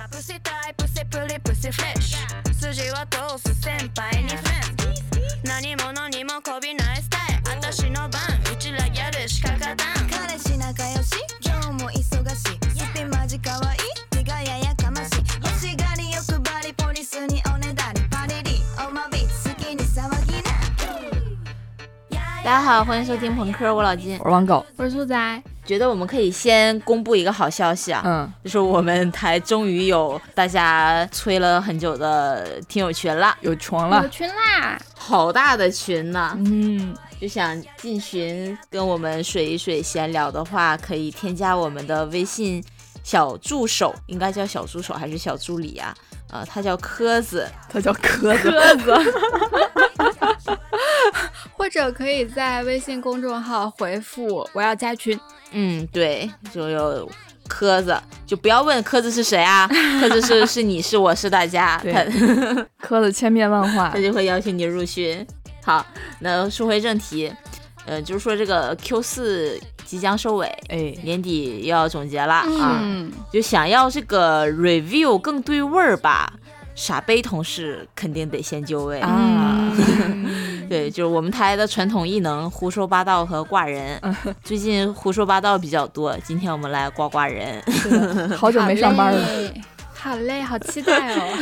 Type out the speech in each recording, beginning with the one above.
Pussy tight, pussy pretty, pussy fresh 筋は通す先輩にフレンズ何者にもこびないスタイル私の番うちらやるしか勝たん彼氏仲良し今日も忙しいスピマジかわいい手がややかましい欲しがり欲張りポリスにおねだりパリリオマビ好きに騒ぎな大家好，欢迎收听朋克，我老金， 我是王狗， 我是兔仔。 觉得我们可以先公布一个好消息啊，就是我们台终于有大家催了很久的听友群了， 有群了， 有群啦， 好大的群呢。就想进群跟我们水一水闲聊的话，可以添加我们的微信小助手，应该叫小助手还是小助理啊？他叫柯子， 他叫柯子， 或者可以在微信公众号回复我要加群。 对，就有柯子，就不要问柯子是谁啊，柯子是你是我是大家， 柯子千变万化， 他就会邀请你入群。好，那说回正题，就是说这个 Q4 即将收尾，年底又要总结了啊，就想要这个 review 更对味儿吧，傻杯同事肯定得先就位对，就是我们台的传统艺能胡说八道和挂人，最近胡说八道比较多，今天我们来挂人。 好久没上班了， 好累，好期待哦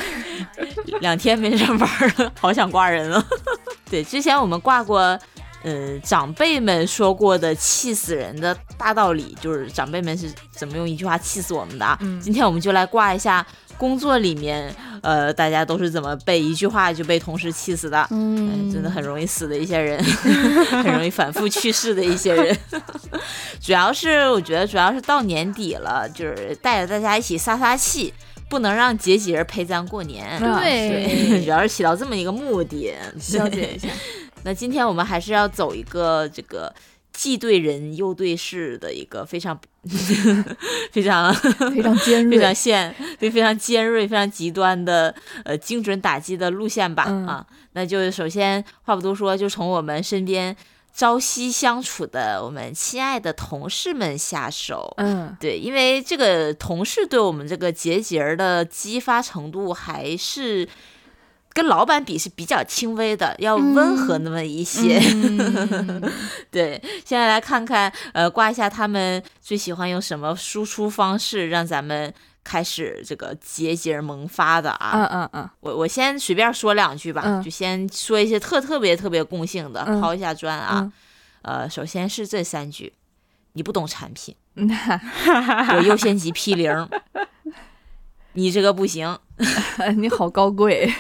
2天没上班了，好想挂人了对，之前我们挂过长辈们说过的气死人的大道理，就是长辈们是怎么用一句话气死我们的啊。今天我们就来挂一下工作里面大家都是怎么被一句话就被同事气死的，真的很容易死的一些人很容易反复去世的一些人我觉得主要是到年底了，就是带着大家一起撒气，不能让节节陪咱过年，对，主要是起到这么一个目的， 消解一下。 那今天我们还是要走一个这个既对人又对事的一个非常非常尖锐、 非常尖锐、非常极端的精准打击的路线吧。那就首先话不多说，就从我们身边朝夕相处的我们亲爱的同事们下手。对，因为这个同事对我们这个节节的激发程度还是跟老板比是比较轻微的，要温和那么一些。对，现在来看看挂一下他们最喜欢用什么输出方式让咱们开始这个节节萌发的啊。我先随便说两句吧，就先说一些特别共性的，抛一下砖啊。首先是这3句：你不懂产品，我优先级P0，你这个不行你好高贵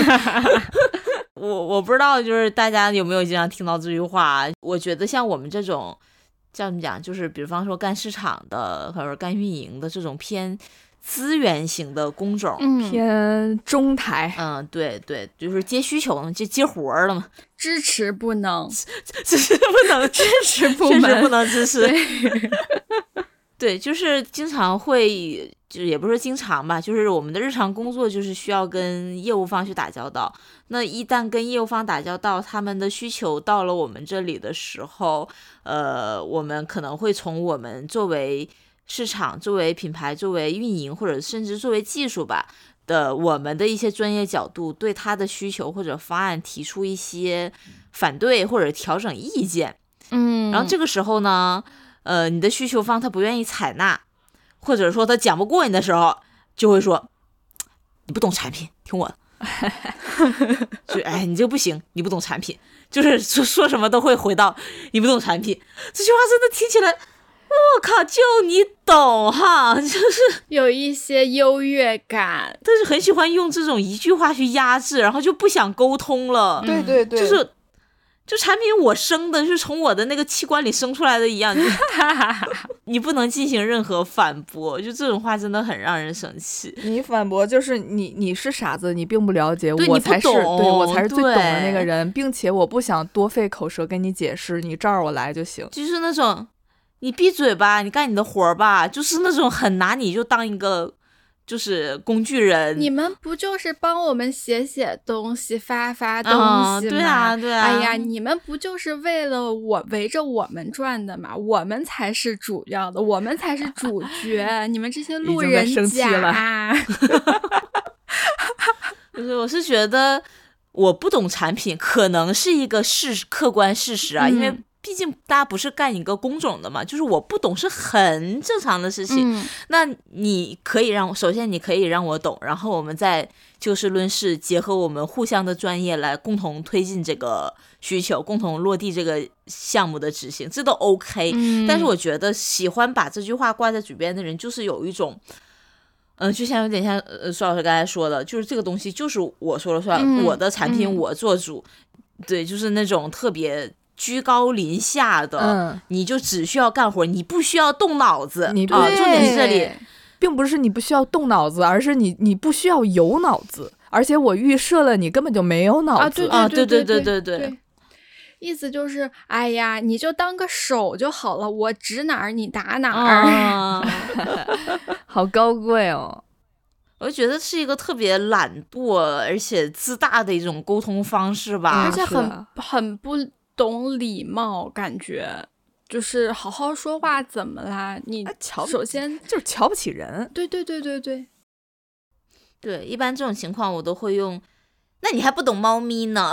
我不知道就是大家有没有经常听到这句话。我觉得像我们这种叫怎么讲，就是比方说干市场的或者干运营的这种偏资源型的工种， 偏中台， 对，就是接需求就接活了嘛， 支持不能支持部门确实不能支持对，就是经常会，就也不是经常吧，就是我们的日常工作就是需要跟业务方去打交道。那一旦跟业务方打交道，他们的需求到了我们这里的时候，我们可能会从我们作为市场、作为品牌、作为运营，或者甚至作为技术吧的我们的一些专业角度，对他的需求或者方案提出一些反对或者调整意见。然后这个时候呢，你的需求方他不愿意采纳，或者说他讲不过你的时候，就会说你不懂产品，听我的就你这个不行，你不懂产品，就是说什么都会回到你不懂产品。这句话真的听起来我靠，就你懂哈，就是有一些优越感， 但是很喜欢用这种一句话去压制，然后就不想沟通了。 对， 就产品我生的是从我的那个器官里生出来的一样，你不能进行任何反驳，就这种话真的很让人生气。 你反驳就是你是傻子，你并不了解， 对我才是我才是最懂的那个对人，并且我不想多费口舌跟你解释，你照着我来就行。 就是那种你闭嘴吧，你干你的活吧，就是那种很拿你就当一个就是工具人。 你们不就是帮我们写东西、发东西吗？ 对啊，对啊。 哎呀，你们不就是为了围着我们转的吗？我们才是主要的，我们才是主角，你们这些路人甲。 我是觉得我不懂产品，可能是一个客观事实啊，因为毕竟大家不是干一个工种的嘛，就是我不懂是很正常的事情。那你可以首先你可以让我懂，然后我们再就事论事，结合我们互相的专业来共同推进这个需求，共同落地这个项目的执行，这都 OK。但是我觉得喜欢把这句话挂在嘴边的人，就是有一种就像有点像苏老师刚才说的，就是这个东西就是我说了算，我的产品我做主。对，就是那种特别居高临下的，你就只需要干活，你不需要动脑子。重点是这里， 并不是你不需要动脑子，而是你不需要有脑子，而且我预设了你根本就没有脑子对。意思就是，哎呀，你就当个手就好了，我指哪儿你打哪儿。 好高贵哦。 我觉得是一个特别懒惰而且自大的一种沟通方式吧， 而且很不懂礼貌，感觉就是好好说话怎么啦？你首先就是瞧不起人。 对， 一般这种情况我都会用。那你还不懂猫咪呢？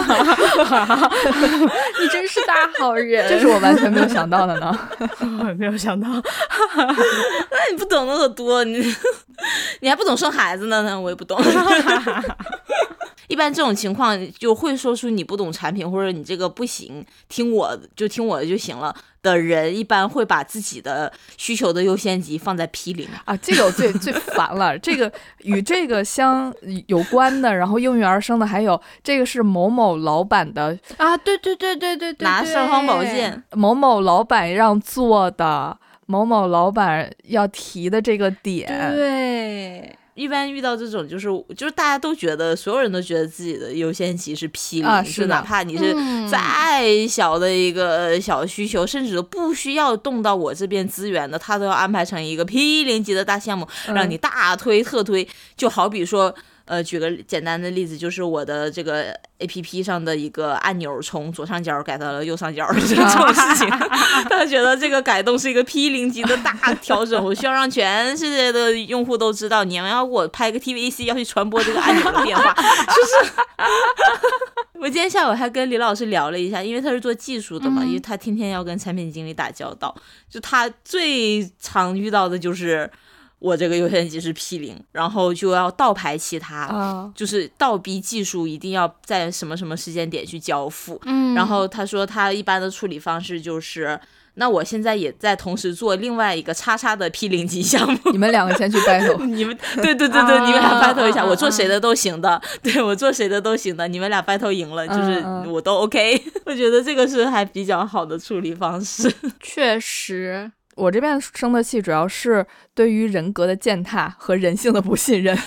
你真是大好人， 这是我完全没有想到的呢。 我也没有想到。那你不懂那么多，你还不懂生孩子呢？我也不懂。一般这种情况就会说出你不懂产品或者你这个不行，听我的就行了的人，一般会把自己的需求的优先级放在 P0 啊。这个我最烦了。这个与这个有关的，然后应运而生的还有这个是某某老板的啊，对， 拿尚方宝剑， 某某老板让做的，某某老板要提的这个点， 对。 一般遇到这种就是大家都觉得，所有人都觉得自己的优先级是 P0， 是哪怕你是再小的一个小需求，甚至都不需要动到我这边资源的，他都要安排成一个 P0级的大项目，让你大推特推。就好比说举个简单的例子，就是我的这个 APP 上的一个按钮从左上角改到了右上角这种事情，他觉得这个改动是一个 P0级的大调整，我需要让全世界的用户都知道，你们要给我拍个 TVC 要去传播这个按钮的变化。就是我今天下午还跟李老师聊了一下，因为他是做技术的嘛，因为他天天要跟产品经理打交道，就他最常遇到的就是我这个优先级是 P0， 然后就要倒排其他，就是倒逼技术一定要在什么什么时间点去交付。然后他说他一般的处理方式就是，那我现在也在同时做另外一个叉叉的 P0级项目， 你们两个先去 battle。 你们对，你们俩 battle 一下，我做谁的都行的，对，我做谁的都行的，你们俩 battle 赢了，就是我都 OK。我觉得这个是还比较好的处理方式。 确实。 我这边生的气主要是对于人格的践踏和人性的不信任。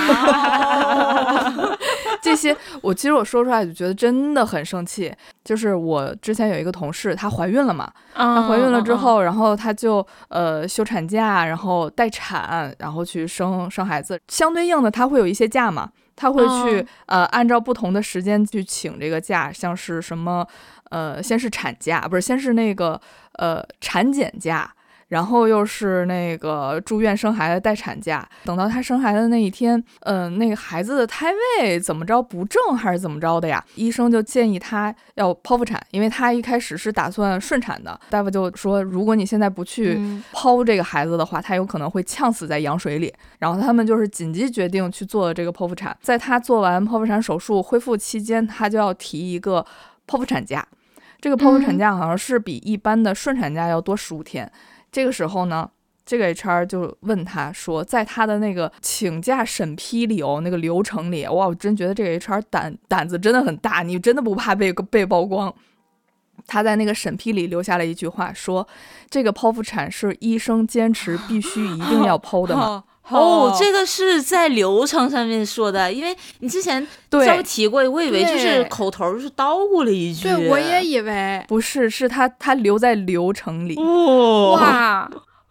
这些其实我说出来就觉得真的很生气。就是我之前有一个同事，她怀孕了嘛，她怀孕了之后，然后她就休产假，然后待产，然后去生孩子。相对应的，她会有一些假嘛，她会去按照不同的时间去请这个假，像是什么先是产假，不是先是那个产检假。然后又是那个住院生孩子待产假，等到她生孩子那一天，那个孩子的胎位怎么着不正还是怎么着的呀？医生就建议她要剖腹产，因为她一开始是打算顺产的。大夫就说，如果你现在不去剖这个孩子的话，他有可能会呛死在羊水里。然后他们就是紧急决定去做这个剖腹产。在她做完剖腹产手术恢复期间，她就要提一个剖腹产假。这个剖腹产假好像是比一般的顺产假要多15天。这个时候呢，这个 HR 就问他说，在他的那个请假审批里那个流程里，哇，我真觉得这个 HR 胆子真的很大，你真的不怕被曝光。他在那个审批里留下了一句话，说这个剖腹产是医生坚持必须一定要剖的吗？ 这个是在流程上面说的，因为你之前稍微提过，我以为就是口头就是叨咕了一句。 对，我也以为不是，是他留在流程里。 哇，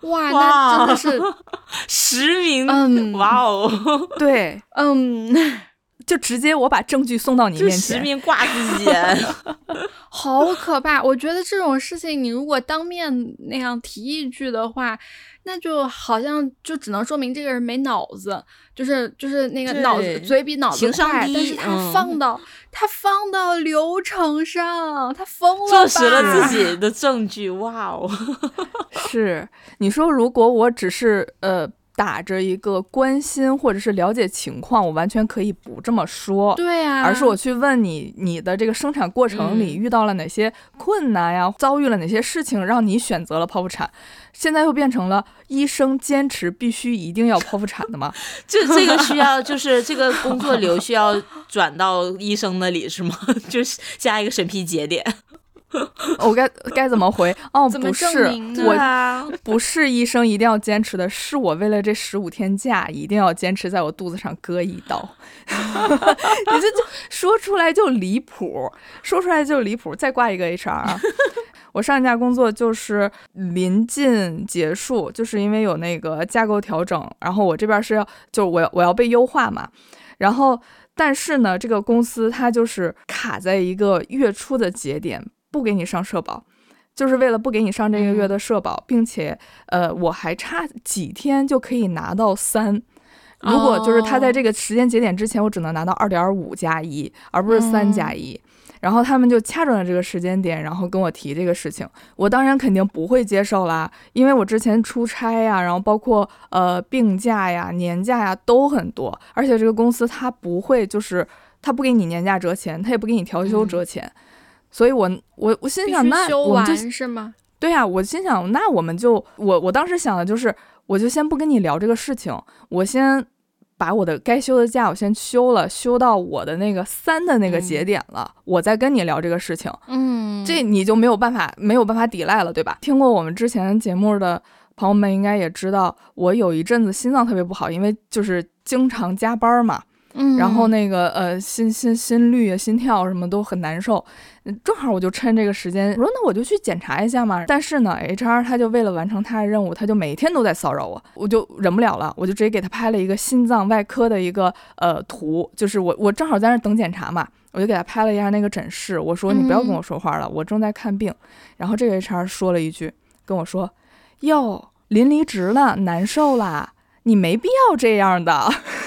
哇，那真的是实名，哇哦， 对，就直接我把证据送到你面前， 实名挂自己， 好可怕！我觉得这种事情，你如果当面那样提一句的话，那就好像就只能说明这个人没脑子，就是那个脑子嘴比脑子快，但是他放到流程上，他疯了吧， 坐实了自己的证据，哇哦！ 是你说，如果我只是打着一个关心或者是了解情况，我完全可以不这么说， 对啊， 而是我去问你的这个生产过程里遇到了哪些困难呀，遭遇了哪些事情让你选择了剖腹产，现在又变成了医生坚持必须一定要剖腹产的吗？ 这个需要就是这个工作流需要转到医生那里是吗？就是加一个审批节点。 我该怎么回？哦， 怎么不是， 我不是医生一定要坚持的，是我为了这15天假一定要坚持在我肚子上割一刀。你这就说出来就离谱，再挂一个 HR 啊。我上一家工作就是临近结束，就是因为有那个架构调整，然后我这边就我要被优化嘛，然后但是呢，这个公司它就是卡在一个月初的节点。不给你上社保，就是为了不给你上这个月的社保，并且我还差几天就可以拿到3。如果就是他在这个时间节点之前，我只能拿到2.5+1，而不是3+1。然后他们就掐准了这个时间点，然后跟我提这个事情，我当然肯定不会接受啦，因为我之前出差呀，然后包括病假呀、年假呀都很多，而且这个公司他不会就是他不给你年假折钱，他也不给你调休折钱。所以我心想，那我们就是吗？ 对呀，我心想，那我们就我当时想的就是，我就先不跟你聊这个事情，我先把我的该休的假我先休到我的那个3的那个节点了，我再跟你聊这个事情。这你就没有办法抵赖了，对吧？听过我们之前节目的朋友们应该也知道，我有一阵子心脏特别不好，因为就是经常加班嘛。然后那个心率啊、心跳什么都很难受，正好我就趁这个时间，我说那我就去检查一下嘛。但是呢 HR 他就为了完成他的任务，他就每天都在骚扰我，我就忍不了了，我就直接给他拍了一个心脏外科的一个图，就是我正好在那等检查嘛，我就给他拍了一下那个诊室，我说你不要跟我说话了，我正在看病。然后这个 HR 说了一句，跟我说哟，临离职了，难受啦，你没必要这样的。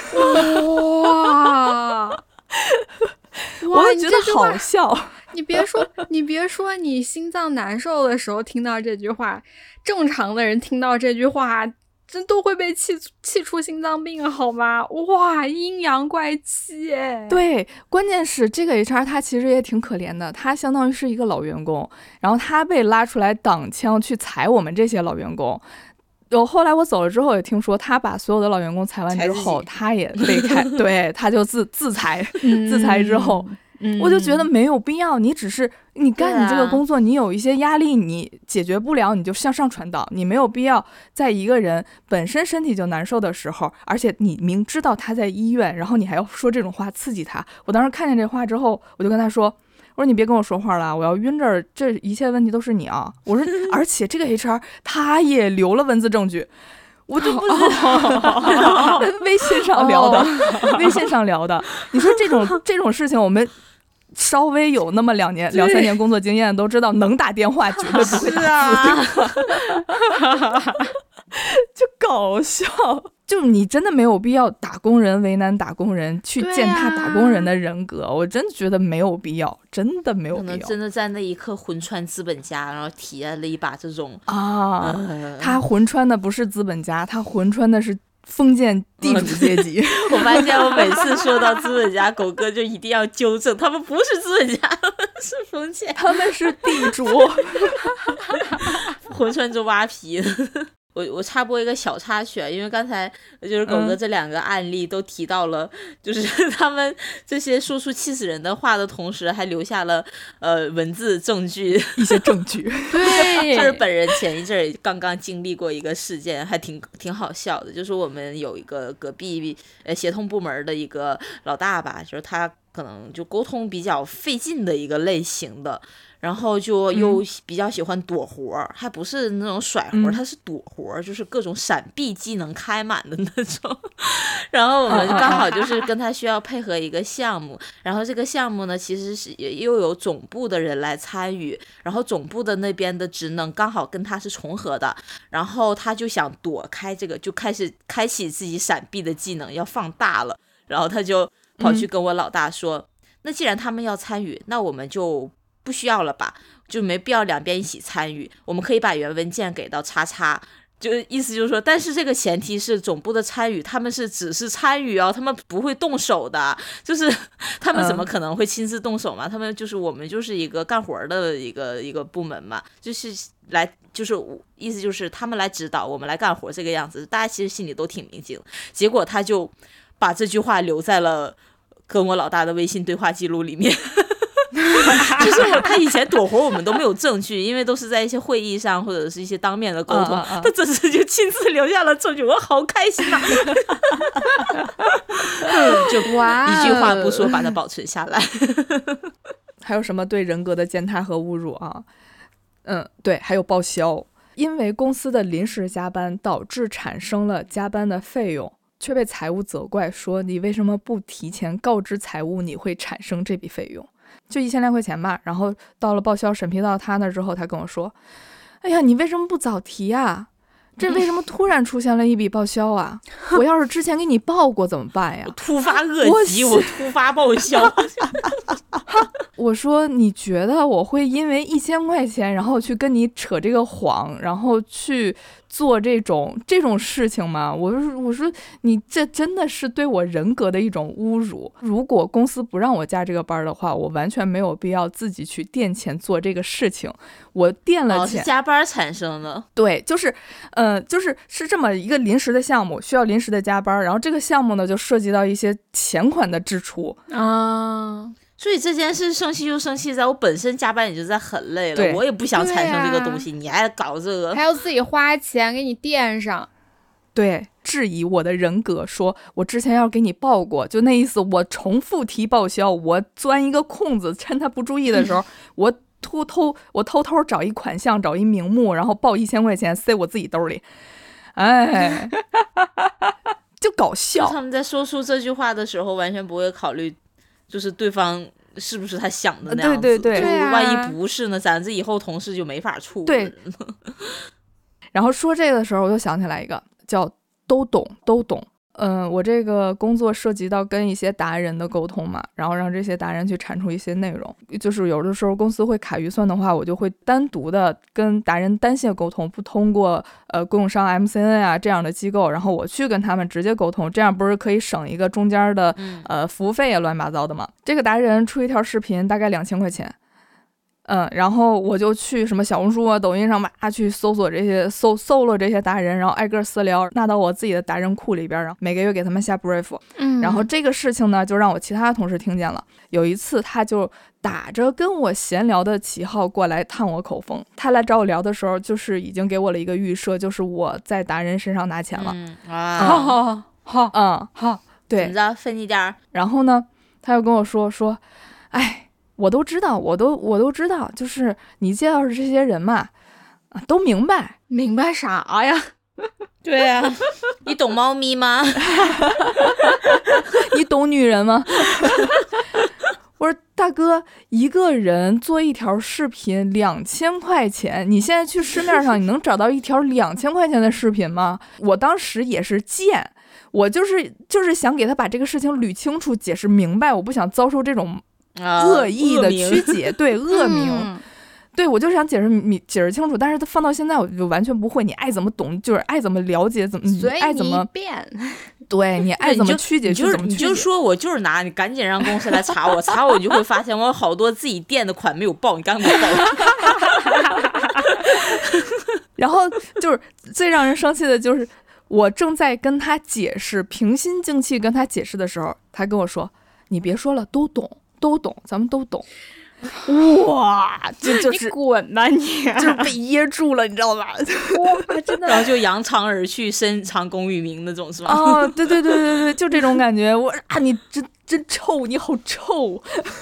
哇， 我就觉得好笑。 你别说，你心脏难受的时候听到这句话，正常的人听到这句话，真都会被气出心脏病，好吗？哇，阴阳怪气哎。 对，关键是这个 HR 他其实也挺可怜的，他相当于是一个老员工，然后他被拉出来挡枪去裁我们这些老员工。后来我走了之后也听说，他把所有的老员工裁完之后，他也被开，对，他就自裁，自裁之后，我就觉得没有必要。你只是你干你这个工作，你有一些压力，你解决不了，你就向上传导，你没有必要在一个人本身身体就难受的时候，而且你明知道他在医院，然后你还要说这种话刺激他。我当时看见这话之后，我就跟他说，我说你别跟我说话了，我要晕这儿，这一切问题都是你啊！我说，而且这个 HR 他也留了文字证据，我就不知道微信上聊的，你说这种事情，我们稍微有那么2-3年工作经验都知道，能打电话绝对不会打字，就搞笑。就你真的没有必要打工人为难打工人，去践踏打工人的人格，我真的觉得没有必要，真的没有必要。 可能真的在那一刻魂穿资本家，然后体验了一把这种他魂穿的不是资本家，他魂穿的是封建地主阶级。 我发现我每次说到资本家，狗哥就一定要纠正，他们不是资本家，是封建， 他们是地主。 魂穿着挖皮。我插播一个小插曲啊，因为刚才就是狗哥这2个案例都提到了，就是他们这些说出气死人的话的同时，还留下了文字证据， 一些证据。 对，就是本人前一阵儿刚刚经历过一个事件，还挺好笑的，就是我们有一个隔壁协同部门的一个老大吧，就是他可能就沟通比较费劲的一个类型的，然后就又比较喜欢躲活，还不是那种甩活，他是躲活，就是各种闪避技能开满的那种。然后我们刚好就是跟他需要配合一个项目，然后这个项目呢其实是又有总部的人来参与，然后总部的那边的职能刚好跟他是重合的，然后他就想躲开这个，就开始开启自己闪避的技能要放大了，然后他就跑去跟我老大说，那既然他们要参与，那我们就不需要了吧，就没必要两边一起参与，我们可以把原文件给到叉叉，就意思就是说，但是这个前提是总部的参与，他们是只是参与哦，他们不会动手的，就是他们怎么可能会亲自动手嘛？他们就是我们就是一个干活的一个部门嘛，就是来就是意思就是他们来指导我们来干活这个样子，大家其实心里都挺明镜。结果他就把这句话留在了跟我老大的微信对话记录里面。就是他以前躲活我们都没有证据，因为都是在一些会议上或者是一些当面的沟通，他这次就亲自留下了证据，我好开心啊。就一句话不说把它保存下来。 还有什么对人格的践踏和侮辱啊？对，还有报销，因为公司的临时加班导致产生了加班的费用，却被财务责怪说你为什么不提前告知财务你会产生这笔费用，就1000来块钱吧。然后到了报销审批到他那之后，他跟我说，哎呀，你为什么不早提啊？这为什么突然出现了一笔报销啊？我要是之前给你报过怎么办呀？ 我突发恶疾，我突发报销。 我说你觉得我会因为1000块钱然后去跟你扯这个谎，然后去做这种事情吗？我说你这真的是对我人格的一种侮辱。如果公司不让我加这个班的话，我完全没有必要自己去垫钱做这个事情。我垫了钱， 是加班产生的。 对，就是这么一个临时的项目，需要临时的加班，然后这个项目呢就涉及到一些钱款的支出啊。所以这件事生气就生气在我本身加班已经在很累了，我也不想产生这个东西，你还搞这个， 还要自己花钱给你垫上。 对，质疑我的人格，说我之前要给你报过，就那意思，我重复提报销，我钻一个空子，趁他不注意的时候，我偷偷找一款项，找一名目，然后报1000块钱塞我自己兜里，哎，就搞笑。 就他们在说出这句话的时候，完全不会考虑，就是对方是不是他想的那样子。 对对对， 就万一不是呢，咱这以后同事就没法处。 对。然后说这个的时候，我就想起来一个叫都懂。我这个工作涉及到跟一些达人的沟通嘛，然后让这些达人去产出一些内容。就是有的时候公司会卡预算的话，我就会单独的跟达人单线沟通，不通过供应商 MCN 啊这样的机构，然后我去跟他们直接沟通，这样不是可以省一个中间的服务费啊乱七八糟的嘛。这个达人出一条视频大概2000块钱。然后我就去什么小红书啊、抖音上去搜索这些搜了这些达人，然后挨个私聊，纳到我自己的达人库里边，然后每个月给他们下 brief。然后这个事情呢，就让我其他同事听见了。有一次，他就打着跟我闲聊的旗号过来探我口风。他来找我聊的时候，就是已经给我了一个预设，就是我在达人身上拿钱了。好，对， 怎么着分你点儿？ 然后呢，他又跟我说，哎。我都知道，我都知道，就是你介绍的这些人嘛，都明白啥呀？ 对呀，你懂猫咪吗？ 你懂女人吗？我说大哥，一个人做一条视频2000块钱，你现在去市面上你能找到一条2000块钱的视频吗？我当时也是贱，我就是想给他把这个事情捋清楚，解释明白，我不想遭受这种恶意的曲解，对，恶名，对，我就想解释清楚，但是他放到现在我就完全不会，你爱怎么懂就是爱怎么了解怎么，你爱怎么变， 对，你爱怎么曲解就怎么曲解。 你就说我就是拿，你赶紧让公司来查我，查我你就会发现我有好多自己垫的款没有报，你刚没报。 然后就是最让人生气的就是我正在跟他解释，平心静气跟他解释的时候，他跟我说，你别说了，都懂，咱们都懂。哇，就是你滚吧你， 就是被噎住了，你知道吧？哇，真的。 然后就扬长而去，深藏功与名那种，是吧？ 哦，对，就这种感觉。你真臭，你好臭。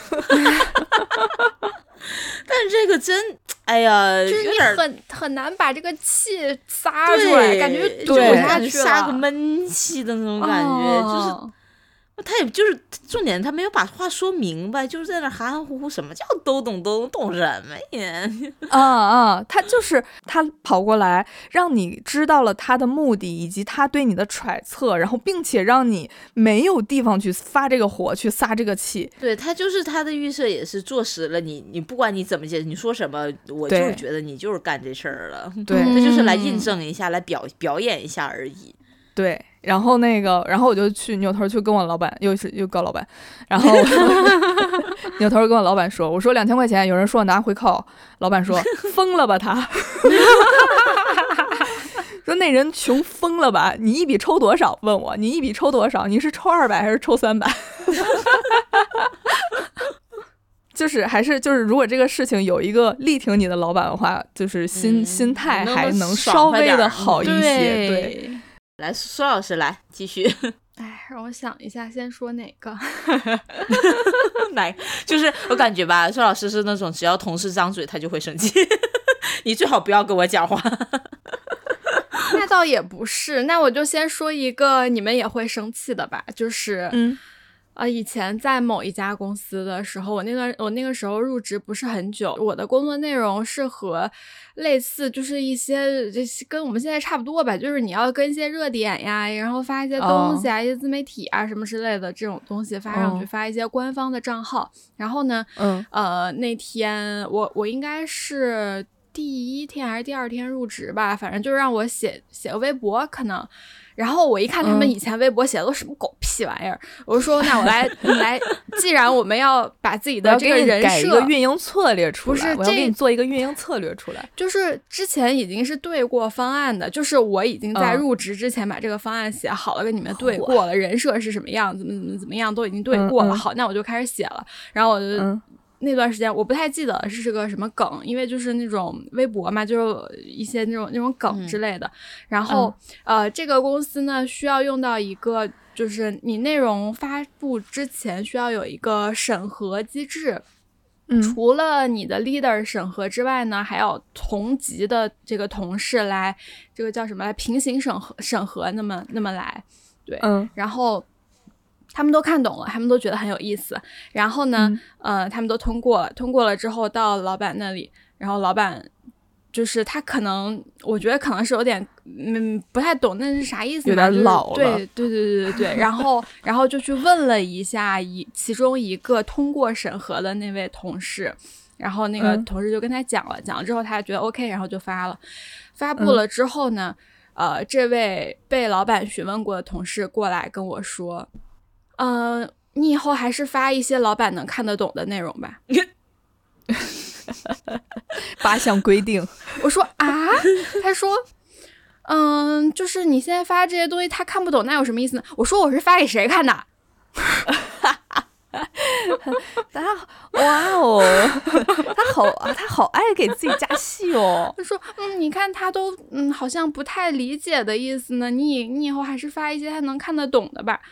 但是这个真，哎呀， 就是有点很难把这个气撒出来，感觉堵下去了， 撒个闷气的那种感觉，就是他也就是重点，他没有把话说明白，就是在那含含糊糊。什么叫都懂什么呀？ 他就是他跑过来，让你知道了他的目的以及他对你的揣测，然后并且让你没有地方去发这个火，去撒这个气。 对，他就是他的预设也是坐实了你不管你怎么解释，你说什么，我就是觉得你就是干这事儿了。 对， 他就是来印证一下，来表演一下而已。 对，然后我就去扭头去跟我老板，又告老板，然后扭头跟我老板说，我说2000块钱，有人说我拿回扣，老板说疯了吧他，说那人穷疯了吧，你一笔抽多少？问我你一笔抽多少？你是抽200还是抽300？就是还是就是，如果这个事情有一个力挺你的老板的话，就是心态还能稍微的好一些。对。 来，苏老师来继续。 哎，让我想一下，先说哪个？ 就是我感觉吧，苏老师是那种只要同事张嘴他就会生气，你最好不要跟我讲话。 那倒也不是，那我就先说一个你们也会生气的吧，就是以前在某一家公司的时候，我那个时候入职不是很久，我的工作内容是和类似，就是一些跟我们现在差不多吧，就是你要跟一些热点呀，然后发一些东西啊，一些自媒体啊什么之类的这种东西发上去，发一些官方的账号。然后呢，那天我应该是第1天还是第2天入职吧，反正就是让我写个微博可能。然后我一看他们以前微博写的都什么狗屁玩意儿，我就说那我来，既然我们要把自己的这个人设， 改一个运营策略出来， 不是我要给你做一个运营策略出来。 就是之前已经是对过方案的，就是我已经在入职之前把这个方案写好了，跟你们对过了，人设是什么样，怎么样都已经对过了。好，那我就开始写了，然后我就。那段时间我不太记得是个什么梗，因为就是那种微博嘛，就是一些那种梗之类的。然后这个公司呢需要用到一个，就是你内容发布之前需要有一个审核机制。除了你的 leader 审核之外呢，还有同级的这个同事来，这个叫什么来平行审核那么来，对，然后。他们都看懂了，他们都觉得很有意思。然后呢，他们都通过了之后到老板那里，然后老板就是他可能，我觉得可能是有点不太懂那是啥意思， 有点老了。 对。然后就去问了一下其中一个通过审核的那位同事，然后那个同事就跟他讲了之后，他觉得 OK， 然后就发了。发布了之后呢，这位被老板询问过的同事过来跟我说。你以后还是发一些老板能看得懂的内容吧。 8项规定。 我说啊，他说，就是你现在发这些东西他看不懂，那有什么意思呢？我说我是发给谁看的？ 哇哦，他好爱给自己加戏哦。 他说，你看他都好像不太理解的意思呢。你以后还是发一些他能看得懂的吧。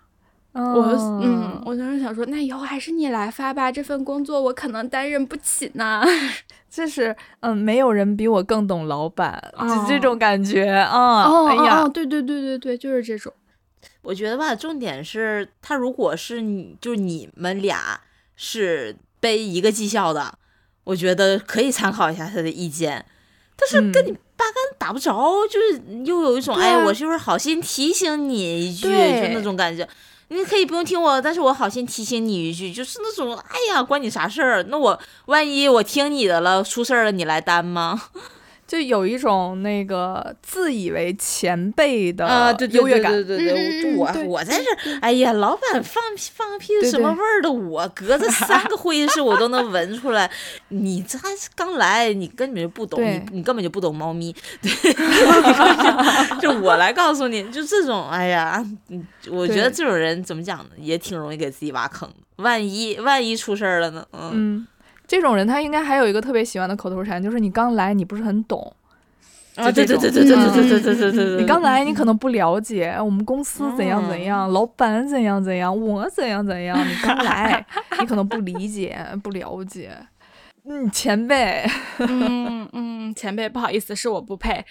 我当时想说，那以后还是你来发吧，这份工作我可能担任不起呢。 就是没有人比我更懂老板，就这种感觉哎呀， 对，就是这种。 我觉得吧，重点是他如果是就是你们俩是背一个绩效的，我觉得可以参考一下他的意见。但是跟你八竿打不着，就是又有一种我就是好心提醒你一句，就那种感觉。你可以不用听我，但是我好心提醒你一句，就是那种关你啥事儿？那我万一我听你的了，出事儿了，你来担吗？ 就有一种那个自以为前辈的优越感。 对，我在这，老板放屁什么味儿的，我隔着3个会议室我都能闻出来。你这刚来，你根本就不懂，你根本就不懂猫咪。对，就我来告诉你，就这种，我觉得这种人怎么讲呢，也挺容易给自己挖坑。万一出事儿了呢？ 这种人他应该还有一个特别喜欢的口头禅，就是你刚来你不是很懂。 啊，对， 你刚来，你可能不了解我们公司怎样怎样，老板怎样怎样，我怎样怎样。你刚来，你可能不理解、不了解。前辈， 前辈，不好意思，是我不配。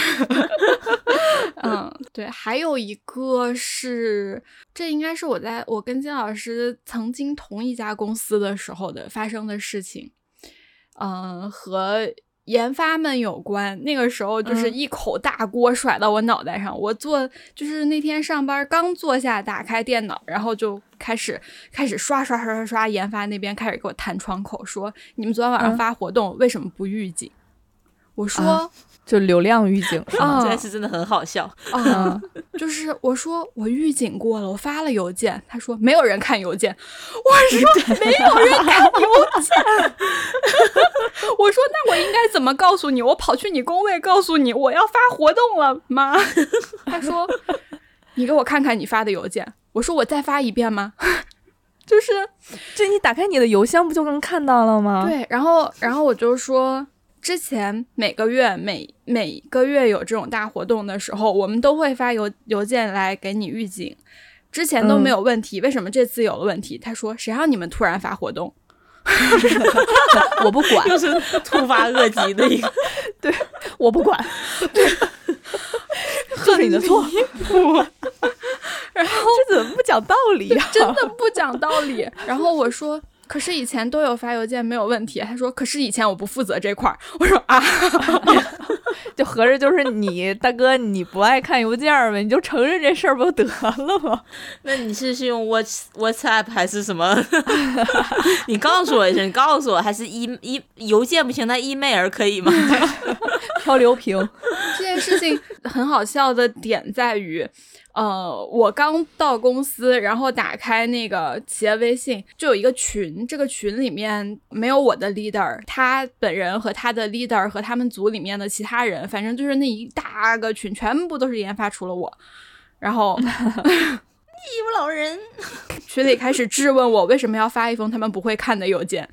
对，还有一个是，这应该是我跟金老师曾经同一家公司的时候发生的事情，和研发们有关。那个时候就是一口大锅甩到我脑袋上，就是那天上班刚坐下，打开电脑，然后就开始刷，研发那边开始给我弹窗口，说你们昨天晚上发活动为什么不预警？我说就流量预警是吗？ 这件事真的很好笑。 就是我说我预警过了，我发了邮件，他说没有人看邮件。我说没有人看邮件。我说那我应该怎么告诉你？我跑去你工位告诉你我要发活动了吗？他说你给我看看你发的邮件。我说我再发一遍吗？就是这你打开你的邮箱不就能看到了吗？ 对，然后我就说之前每个月有这种大活动的时候，我们都会发邮件来给你预警，之前都没有问题，为什么这次有了问题？他说谁让你们突然发活动？ 我不管， 又是突发恶疾的一个， 对，我不管，对，就是你的错。 然后这怎么不讲道理啊？ 真的不讲道理。然后我说可是以前都有发邮件没有问题。他说可是以前我不负责这块儿。我说啊， 就合着就是你大哥你不爱看邮件呗，你就承认这事儿不就得了吗？ 那你是用 WhatsApp 还是什么？你告诉我一声，你告诉我，还是邮件不行，那 email 可以吗？ 漂流瓶。 这件事情很好笑的点在于我刚到公司，然后打开那个企业微信，就有一个群，这个群里面没有我的 leader， 他本人和他的 leader 和他们组里面的其他人，反正就是那一大个群全部都是研发除了我。然后义务老人群里开始质问我为什么要发一封他们不会看的邮件。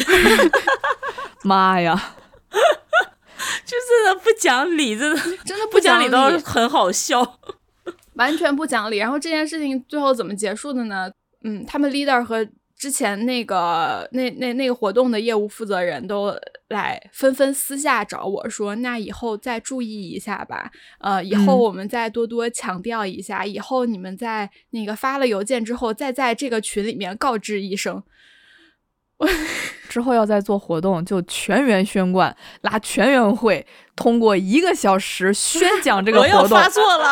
妈呀， 就真的不讲理，真的不讲理都很好笑。 完全不讲理。然后这件事情最后怎么结束的呢？他们 leader 和之前那个活动的业务负责人都来纷纷私下找我说，那以后再注意一下吧，以后我们再多多强调一下，以后你们在那个发了邮件之后，再在这个群里面告知一声。 之后要再做活动就全员宣贯，拉全员会，通过1个小时宣讲这个活动。 我要发错了。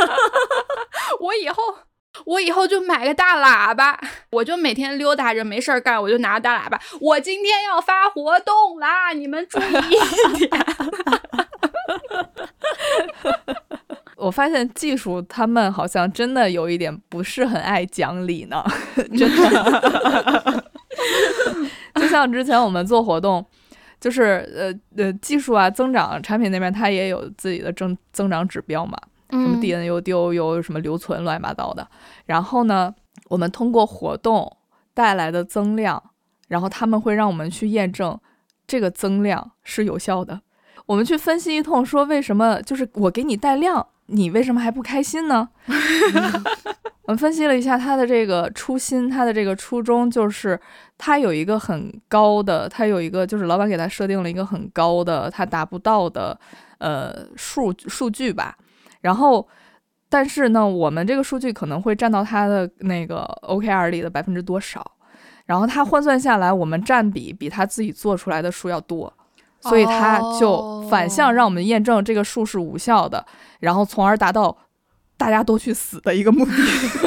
我以后就买个大喇叭，我就每天溜达着没事儿干，我就拿着大喇叭，我今天要发活动啦，你们注意一点。 我发现技术他们好像真的有一点不是很爱讲理呢，真的。就像之前我们做活动，就是技术啊增长产品那边它也有自己的增长指标嘛，什么 DNU DOU 什么留存乱七八糟的。然后呢，我们通过活动带来的增量，然后他们会让我们去验证这个增量是有效的。我们去分析一通，说为什么就是我给你带量，你为什么还不开心呢？我们分析了一下他的这个初心，他的这个初衷，就是他有一个很高的，他有一个就是老板给他设定了一个很高的他达不到的数据吧。然后但是呢，我们这个数据可能会占到他的那个 OKR 里的多少，然后他换算下来我们占比他自己做出来的数要多，所以他就反向让我们验证这个数是无效的，然后从而达到大家都去死的一个目的。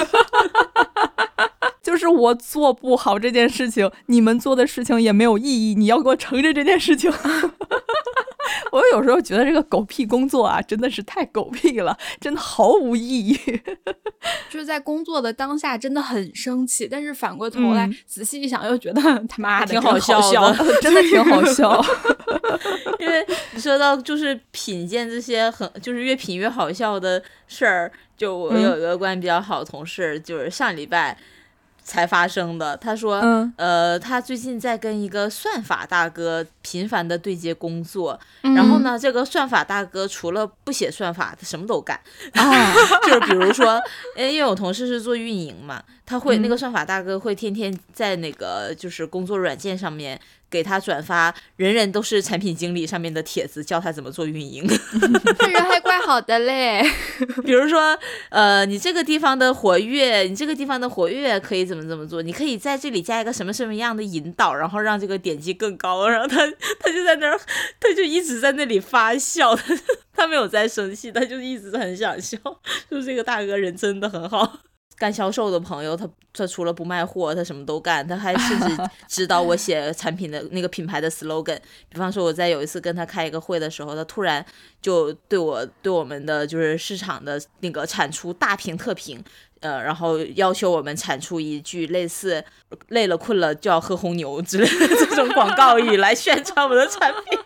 就是我做不好这件事情，你们做的事情也没有意义，你要给我承认这件事情。我有时候觉得这个狗屁工作啊，真的是太狗屁了，真的毫无意义。 就是在工作的当下真的很生气，但是反过头来仔细一想又觉得他妈的挺好笑的， 真的挺好笑。 因为你说到就是品鉴这些就是越品越好笑的事儿，就我有一个关系比较好的同事，就是上礼拜才发生的。他说，他最近在跟一个算法大哥频繁的对接工作，然后呢，这个算法大哥除了不写算法，他什么都干啊。就是比如说，因为我同事是做运营嘛，他会那个算法大哥会天天在那个就是工作软件上面给他转发人人都是产品经理上面的帖子，教他怎么做运营。 这人还怪好的嘞。 比如说你这个地方的活跃可以怎么做，你可以在这里加一个什么什么样的引导，然后让这个点击更高。然后他就在那儿，他就一直在那里发笑，他没有在生气，他就一直很想笑。就是这个大哥人真的很好。干销售的朋友，他除了不卖货，他什么都干，他还甚至指导我写产品的那个品牌的 slogan。比方说我在有一次跟他开一个会的时候，他突然就对我们的就是市场的那个产出大评特评，然后要求我们产出一句类似累了困了就要喝红牛之类的这种广告语来宣传我们的产品。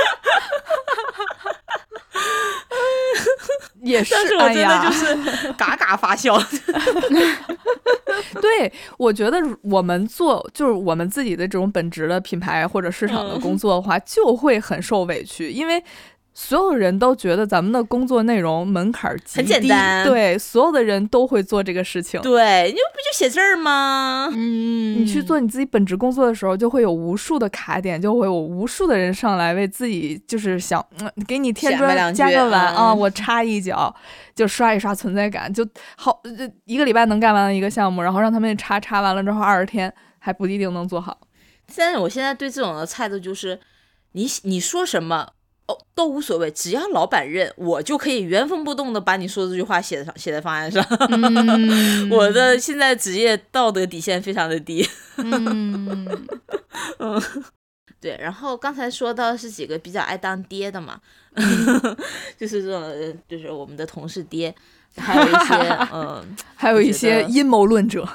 也是， 但是我真的就是嘎嘎发笑。 对，我觉得我们做就是我们自己的这种本职的品牌或者市场的工作的话，就会很受委屈，因为所有人都觉得咱们的工作内容门槛极低， 很简单， 对，所有的人都会做这个事情。 对，你不就写字儿吗？ 你去做你自己本职工作的时候，就会有无数的卡点，就会有无数的人上来为自己就是想给你添砖加个碗啊，我插一脚，就刷一刷存在感，就好一个礼拜能干完的一个项目，然后让他们插完了之后20天还不一定能做好。 我现在对这种的态度就是你说什么都无所谓，只要老板认，我就可以原封不动的把你说的这句话写在方案上。我的现在职业道德底线非常的低。对，然后刚才说到是几个比较爱当爹的嘛，就是这种就是我们的同事爹，还有一些还有一些阴谋论者。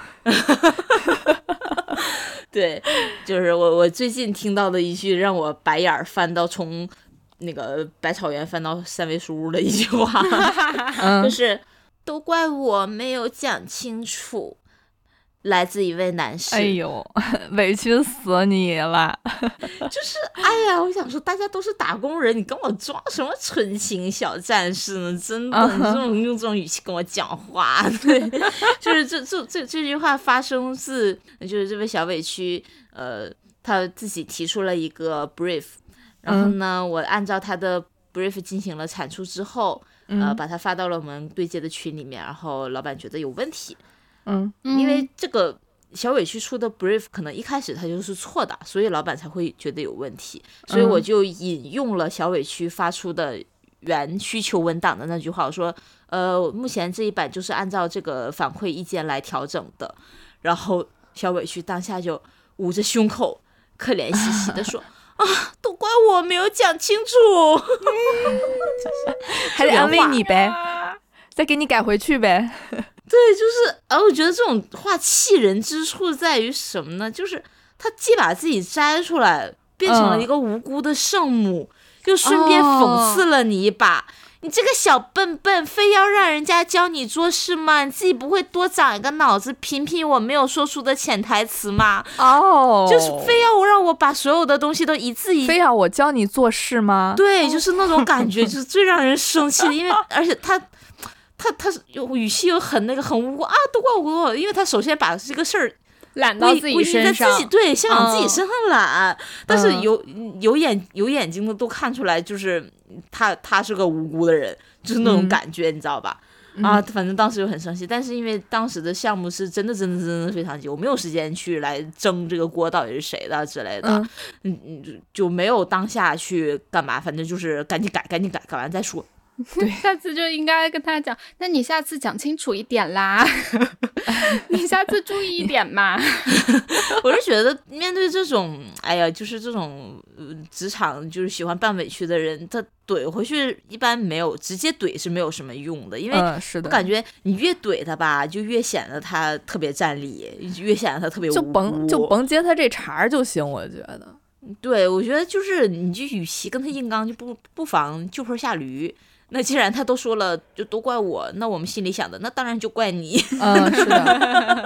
对，就是我最近听到的一句让我白眼翻到从那个百草园翻到三味书屋的一句话，就是都怪我没有讲清楚，来自一位男士。 哎呦，委屈死你了。 就是哎呀，我想说大家都是打工人，你跟我装什么纯情小战士呢？真的，你用这种语气跟我讲话。对，就是这句话发生自就是这位小委屈他自己提出了一个 brief，然后呢，我按照他的 brief 进行了产出之后，把它发到了我们对接的群里面，然后老板觉得有问题，因为这个小委屈出的 brief 可能一开始他就是错的，所以老板才会觉得有问题，所以我就引用了小委屈发出的原需求文档的那句话，我说，目前这一版就是按照这个反馈意见来调整的，然后小委屈当下就捂着胸口，可怜兮兮的说。都怪我没有讲清楚。 还得安慰你呗，再给你改回去呗。 对，就是我觉得这种话气人之处在于什么呢？就是他既把自己摘出来变成了一个无辜的圣母，又顺便讽刺了你一把。你这个小笨笨，非要让人家教你做事吗？你自己不会多长一个脑子，品品我没有说出的潜台词吗？就是非要让我把所有的东西都一字一， 非要我教你做事吗？ 对，就是那种感觉，就是最让人生气的，因为而且他语气又很无辜啊，都怪我，因为他首先把这个事儿揽到自己身上， 对，先往自己身上揽，但是有眼睛的都看出来，就是他是个无辜的人，就是那种感觉，你知道吧？反正当时就很生气，但是因为当时的项目是真的非常急，我没有时间去来争这个锅到底是谁的之类的，就没有当下去干嘛，反正就是赶紧改完再说。 对， 下次就应该跟他讲，那你下次讲清楚一点啦，你下次注意一点嘛。 我是觉得面对这种，哎呀，就是这种职场就是喜欢扮委屈的人，他怼回去一般没有直接怼是没有什么用的，因为我感觉你越怼他吧，就越显得他特别占理，越显得他特别无辜， 就甭接他这茬就行，我觉得。 对，我觉得就是你就与其跟他硬刚，就不妨就坡下驴。那既然他都说了，就都怪我，那我们心里想的，那当然就怪你。 是的。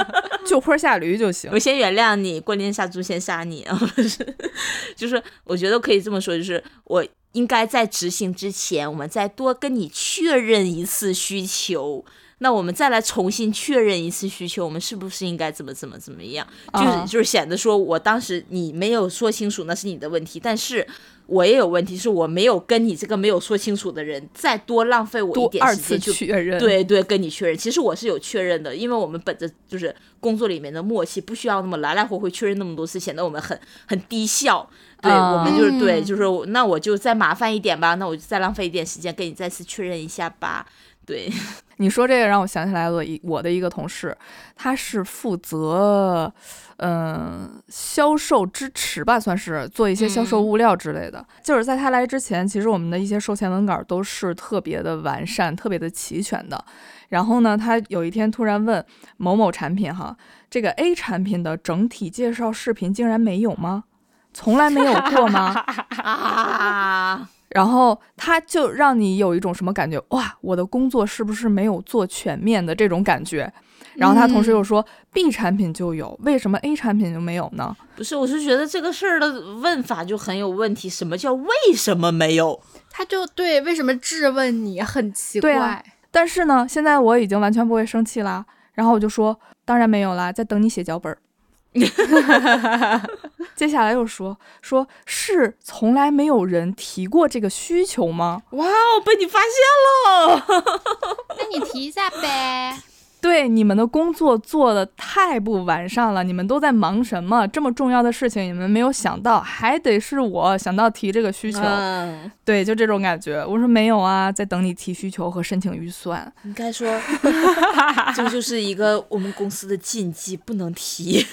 就坡下驴就行。 我先原谅你，过年杀猪先杀你啊！就是我觉得可以这么说，就是我应该在执行之前，我们再多跟你确认一次需求。那我们再来重新确认一次需求，我们是不是应该怎么样？就是显得说我当时你没有说清楚，那是你的问题，但是我也有问题，是我没有跟你这个没有说清楚的人再多浪费我一点时间去确认， 对，跟你确认。其实我是有确认的，因为我们本着就是工作里面的默契，不需要那么来来回回确认那么多次，显得我们很低效。对，我们就是对，就是那我就再麻烦一点吧，那我就再浪费一点时间跟你再次确认一下吧。对， 你说这个让我想起来了，我的一个同事，他是负责销售支持吧，算是做一些销售物料之类的。就是在他来之前，其实我们的一些售前文稿都是特别的完善、特别的齐全的。然后呢，他有一天突然问某某产品哈，这个 A 产品的整体介绍视频竟然没有吗？从来没有过吗？啊！然后他就让你有一种什么感觉，哇，我的工作是不是没有做全面的这种感觉？然后他同时又说，B 产品就有，为什么 A 产品就没有呢？ 不是，我是觉得这个事儿的问法就很有问题。什么叫为什么没有？ 他就对为什么质问你很奇怪。 对啊，但是呢，现在我已经完全不会生气啦。然后我就说，当然没有啦，在等你写脚本。接下来又说是从来没有人提过这个需求吗？ 哇哦，被你发现了！ 那你提一下呗。 对，你们的工作做得太不完善了，你们都在忙什么？这么重要的事情你们没有想到，还得是我想到提这个需求。对，就这种感觉。我说没有啊，在等你提需求和申请预算。 应该说这就是一个我们公司的禁忌，不能提。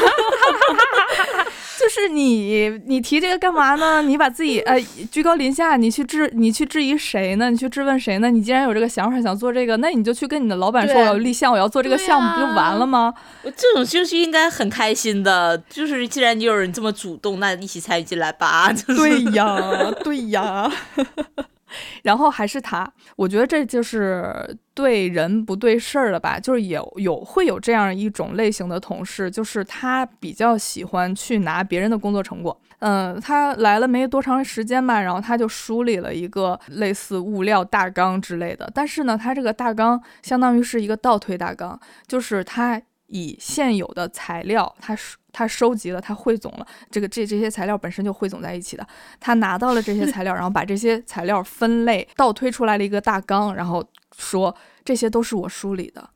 就是你提这个干嘛呢？你把自己居高临下，你去质疑谁呢？你去质问谁呢？你既然有这个想法想做这个，那你就去跟你的老板说我要立项，我要做这个项目，不就完了吗？ 这种就是应该很开心的，就是既然你有人这么主动，那一起参与进来吧。 对呀。然后还是他，我觉得这就是对人不对事儿了吧，就是会有这样一种类型的同事，就是他比较喜欢去拿别人的工作成果。他来了没多长时间吧，然后他就梳理了一个类似物料大纲之类的，但是呢，他这个大纲相当于是一个倒推大纲，就是他以现有的材料，他收集了，他汇总了这些材料本身就汇总在一起的，他拿到了这些材料，然后把这些材料分类倒推出来了一个大纲，然后说这些都是我梳理的。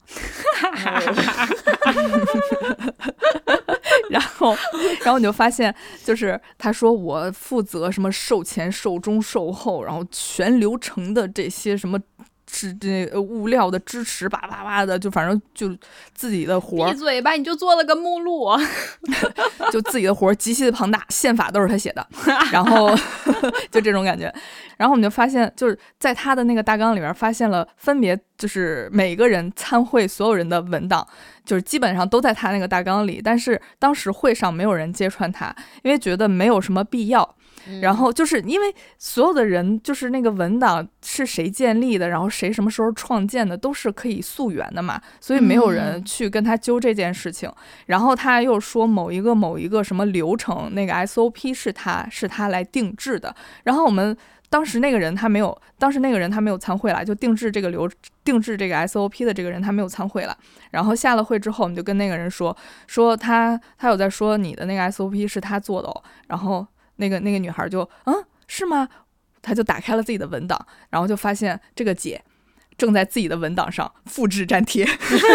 然后你就发现，就是他说我负责什么售前、售中、售后，然后全流程的这些什么是这物料的支持，叭叭叭的，就反正就自己的活闭嘴吧，你就做了个目录。 就自己的活极其的庞大，宪法都是他写的，然后就这种感觉。然后我们就发现，就是在他的那个大纲里面发现了分别就是每个人参会所有人的文档，就是基本上都在他那个大纲里，但是当时会上没有人揭穿他，因为觉得没有什么必要。然后就是因为所有的人就是那个文档是谁建立的，然后谁什么时候创建的都是可以溯源的嘛，所以没有人去跟他揪这件事情。然后他又说某一个什么流程，那个 SOP 是他来定制的。然后我们当时那个人他没有参会了，就定制这个 SOP 的这个人他没有参会了。然后下了会之后，我们就跟那个人说他有在说你的那个 SOP 是他做的哦。然后那个女孩就是吗？她就打开了自己的文档，然后就发现这个姐正在自己的文档上复制粘贴。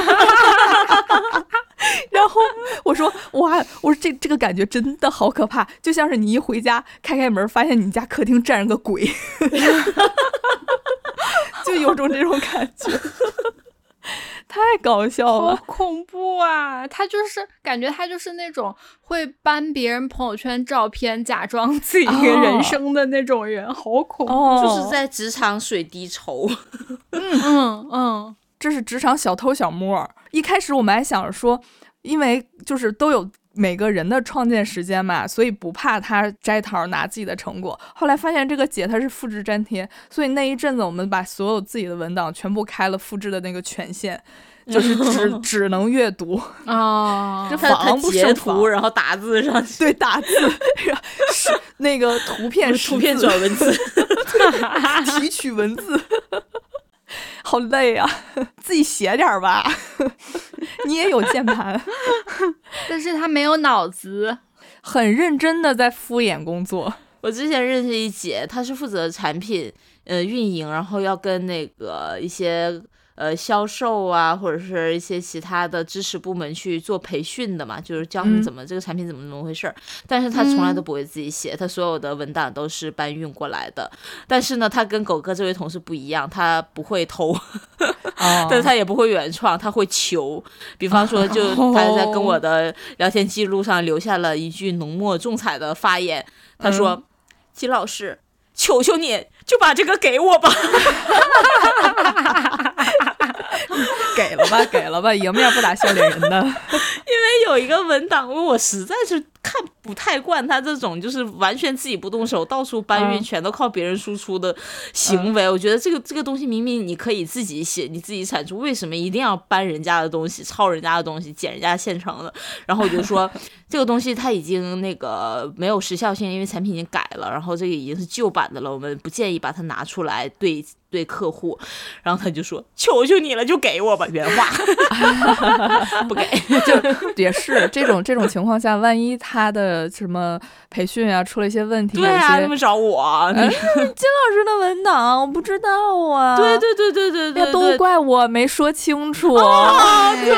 然后我说哇，我说这个感觉真的好可怕，就像是你一回家开门发现你家客厅站着个鬼。就有种这种感觉。太搞笑了， 好恐怖啊！他就是感觉他就是那种会搬别人朋友圈照片假装自己人生的那种人，好恐怖， 就是在职场水滴筹。 这是职场小偷小摸。一开始我们还想着说，因为就是都有每个人的创建时间嘛，所以不怕他摘桃拿自己的成果。后来发现这个姐她是复制粘贴，所以那一阵子我们把所有自己的文档全部开了复制的那个权限， 就是只能阅读哦， 他不截图然后打字上去， 对，打字是那个图片转文字提取文字好累啊，自己写点吧你也有键盘但是他没有脑子， 很认真的在敷衍工作。 我之前认识一姐，她是负责产品运营，然后要跟那个一些销售啊，或者是一些其他的支持部门去做培训的嘛，就是教他们这个产品怎么回事儿。但是他从来都不会自己写，他所有的文档都是搬运过来的。但是呢，他跟狗哥这位同事不一样，他不会偷，但是他也不会原创，他会求。比方说，就他在跟我的聊天记录上留下了一句浓墨重彩的发言，他说：“金老师，求求你就把这个给我吧。” 给了吧，迎面不打笑脸人的。因为有一个文档，我实在是看不太惯他这种就是完全自己不动手，到处搬运，全都靠别人输出的行为。我觉得这个东西明明你可以自己写，你自己产出，为什么一定要搬人家的东西，抄人家的东西，捡人家现成的？然后我就说这个东西它已经那个没有时效性，因为产品已经改了，然后这个已经是旧版的了，我们不建议把它拿出来对客户。然后他就说求求你了，就给我吧，原话不给就也是这种情况下，万一他的什么培训啊出了一些问题， 对啊，他们找我金老师的文档我不知道啊， 对， 都怪我没说清楚对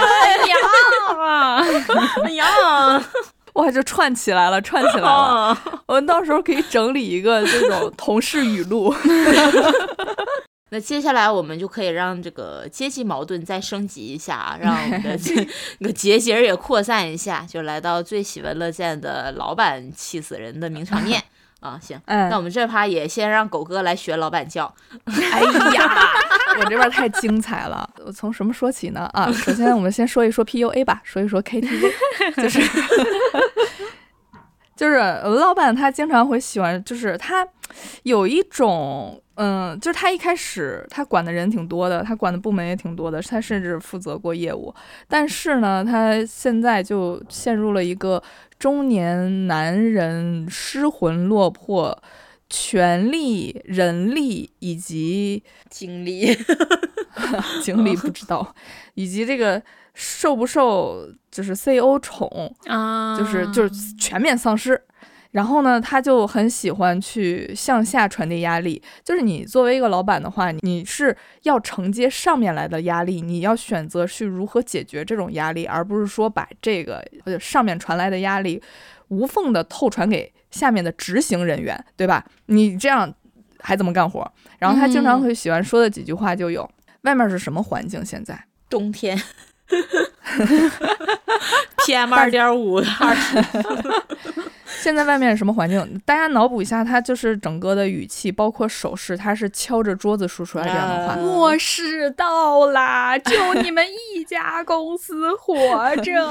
哎呀哇，就串起来了我们到时候可以整理一个这种同事语录那接下来我们就可以让这个阶级矛盾再升级一下，让我们的这个结节也扩散一下，就来到最喜闻乐见的老板气死人的名场面啊！行，那我们这趴也先让狗哥来学老板叫。 哎呀，我这边太精彩了，我从什么说起呢？啊，首先我们先说一说 PUA 吧，说一说 KTV， 就是老板他经常会喜欢，就是他有一种就是他一开始他管的人挺多的，他管的部门也挺多的，他甚至负责过业务，但是呢他现在就陷入了一个中年男人失魂落魄，权力、人力以及精力不知道，以及这个受不受就是 CEO 宠啊，就是全面丧失。然后呢，他就很喜欢去向下传递压力，就是你作为一个老板的话，你是要承接上面来的压力，你要选择去如何解决这种压力，而不是说把这个上面传来的压力无缝的透传给下面的执行人员，对吧？你这样还怎么干活？然后他经常会喜欢说的几句话就有：外面是什么环境？现在冬天PM2.5 20 现在外面是什么环境？大家脑补一下，他就是整个的语气，包括手势，他是敲着桌子说出来这样的话。 末世到啦，就你们一家公司活着。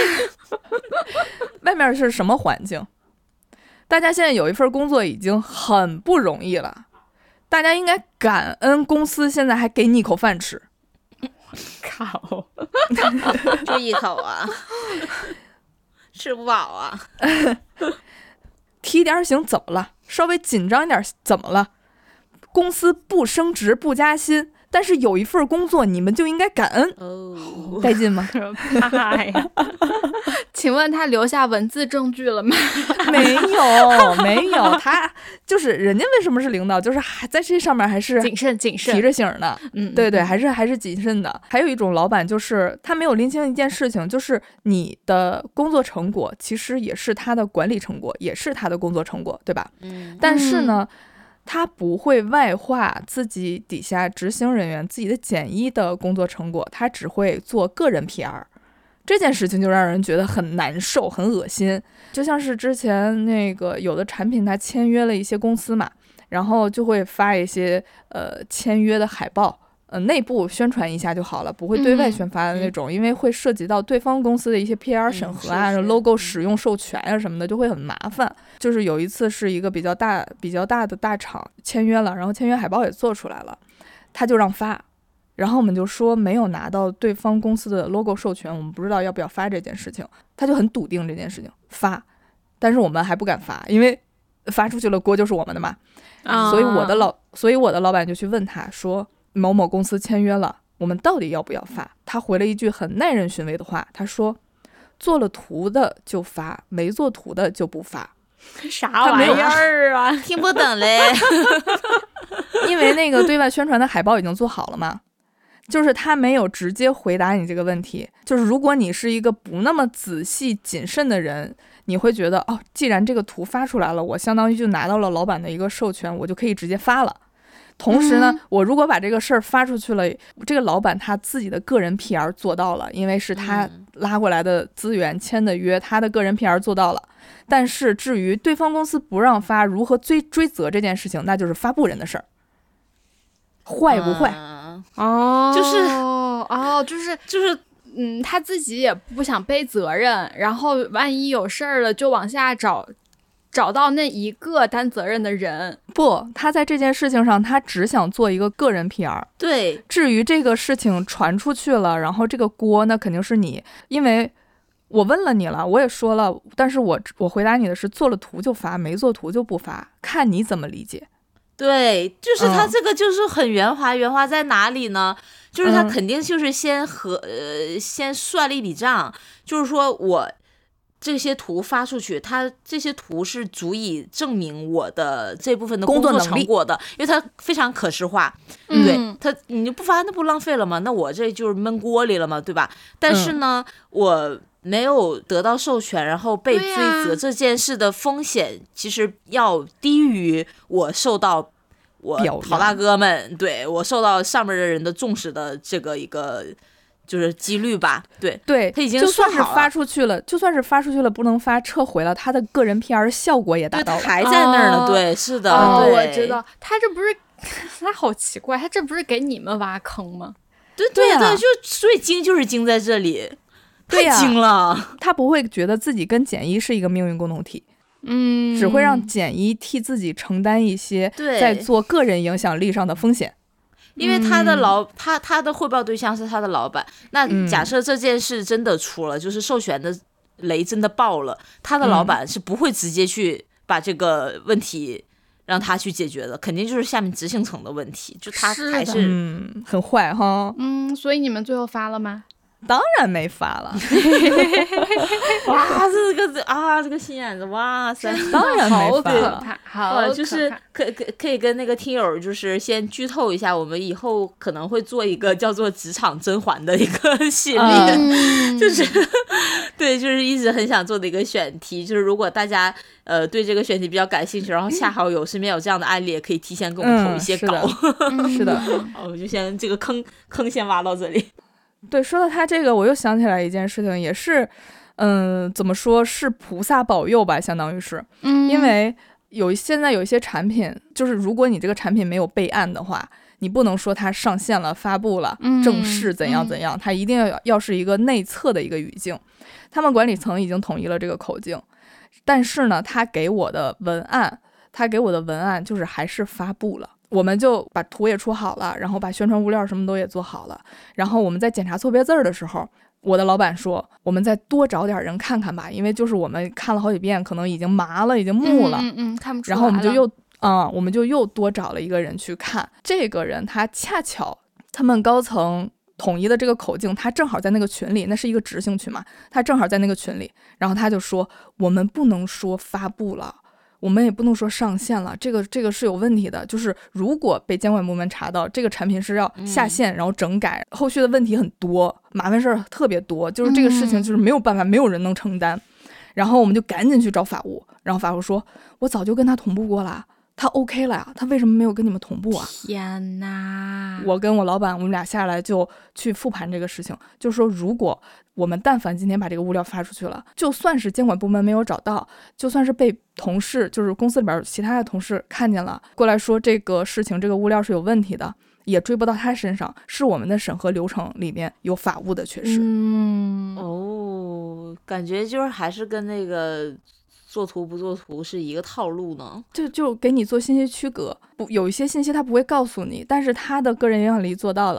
外面是什么环境？大家现在有一份工作已经很不容易了，大家应该感恩公司现在还给你一口饭吃。 靠，就一口啊，吃不饱啊。 提点醒怎么了？稍微紧张一点怎么了？公司不升职不加薪，但是有一份工作你们就应该感恩。 哦， 带劲吗？ 怕呀！请问他留下文字证据了吗？ 没有，他就是人家为什么是领导，就是还在这上面还是谨慎提着醒的。对，还是谨慎的。还有一种老板就是他没有拎清一件事情，就是你的工作成果其实也是他的管理成果，也是他的工作成果，对吧？但是呢，他不会外化自己底下执行人员自己的简易的工作成果，他只会做个人 PR。这件事情就让人觉得很难受，很恶心。就像是之前那个有的产品它签约了一些公司嘛，然后就会发一些签约的海报，内部宣传一下就好了，不会对外宣发的那种，因为会涉及到对方公司的一些 PR 审核啊、logo 使用授权啊什么的，就会很麻烦。就是有一次是一个比较大的大厂签约了，然后签约海报也做出来了，他就让发， 然后我们就说没有拿到对方公司的 logo 授权，我们不知道要不要发这件事情。他就很笃定这件事情发，但是我们还不敢发，因为发出去了锅就是我们的嘛。所以我的老板就去问他说，某某公司签约了，我们到底要不要发？他回了一句很耐人寻味的话，他说做了图的就发，没做图的就不发。 啥玩意儿啊？ 听不懂嘞。 因为那个对外宣传的海报已经做好了嘛，就是他没有直接回答你这个问题。就是如果你是一个不那么仔细谨慎的人，你会觉得哦，既然这个图发出来了，我相当于就拿到了老板的一个授权，我就可以直接发了。同时呢，我如果把这个事儿发出去了，这个老板他自己的个人 PR 做到了，因为是他拉过来的资源签的约，他的个人 PR 做到了。但是至于对方公司不让发，如何追责这件事情，那就是发布人的事儿，坏不坏？ 就是他自己也不想背责任，然后万一有事儿了，就往下找到那一个担责任的人。 不，他在这件事情上，他只想做一个个人 PR。 对， 至于这个事情传出去了，然后这个锅那肯定是你，因为我问了你了，我也说了，但是我回答你的是做了图就发，没做图就不发，看你怎么理解。 对，就是他这个就是很圆滑，圆滑在哪里呢？就是他肯定就是先算了一笔账，就是说我这些图发出去，他这些图是足以证明我的这部分的工作成果的，因为它非常可视化。对他，你不发那不浪费了吗？那我这就是闷锅里了嘛，对吧？但是呢，我没有得到授权，然后被追责这件事的风险，其实要低于我受到我陶大哥们对我受到上面的人的重视的这个一个就是几率吧。对，他已经算好了， 就算是发出去了不能发，撤回了，他的个人 PR 效果也达到了， 还在那儿呢。对，是的。 对，我知道，他这不是他好奇怪，他这不是给你们挖坑吗？ 对，就所以精就是精在这里。太精了， 他不会觉得自己跟简一是一个命运共同体，只会让简一替自己承担一些在做个人影响力上的风险， 因为他的汇报对象是他的老板。那假设这件事真的出了，就是授权的雷真的爆了，他的老板是不会直接去把这个问题让他去解决的，肯定就是下面执行层的问题，就他还是很坏哈。 所以你们最后发了吗？ 当然没发了。 哇，这个心眼子，哇塞， 当然没发了。 好， 就是可以跟那个听友就是先剧透一下，我们以后可能会做一个叫做职场甄嬛的一个系列，就是对，就是一直很想做的一个选题，就是如果大家对这个选题比较感兴趣，然后恰好身边有这样的案例，也可以提前给我们投一些稿。 是的， 我就先这个坑先挖到这里。 对，说到他这个，我又想起来一件事情，也是，怎么说是菩萨保佑吧，相当于是，因为现在有一些产品，就是如果你这个产品没有备案的话，你不能说它上线了、发布了、正式怎样怎样，它一定要是一个内测的一个语境。他们管理层已经统一了这个口径，但是呢，他给我的文案就是还是发布了。我们就把图也出好了，然后把宣传物料什么都也做好了，然后我们在检查错别字的时候，我的老板说我们再多找点人看看吧，因为就是我们看了好几遍，可能已经麻了，已经木了， 看不出来了。 然后我们就又多找了一个人去看，这个人他恰巧他们高层统一的这个口径，他正好在那个群里，那是一个执行群嘛，他正好在那个群里，然后他就说我们不能说发布了，我们也不能说上线了，这个是有问题的，就是如果被监管部门查到这个产品是要下线，然后整改，后续的问题很多，麻烦事儿特别多，就是这个事情就是没有办法，没有人能承担。然后我们就赶紧去找法务，然后法务说我早就跟他同步过了，他 OK 了呀，他为什么没有跟你们同步啊？ 天哪！ 我跟我老板我们俩下来就去复盘这个事情，就说如果我们但凡今天把这个物料发出去了，就算是监管部门没有找到，就算是被同事就是公司里边其他的同事看见了过来说这个事情这个物料是有问题的，也追不到他身上，是我们的审核流程里面有法务的缺失。 感觉就是还是跟那个做图不做图是一个套路呢， 就给你做信息区隔，有一些信息他不会告诉你，但是他的个人影响力做到了，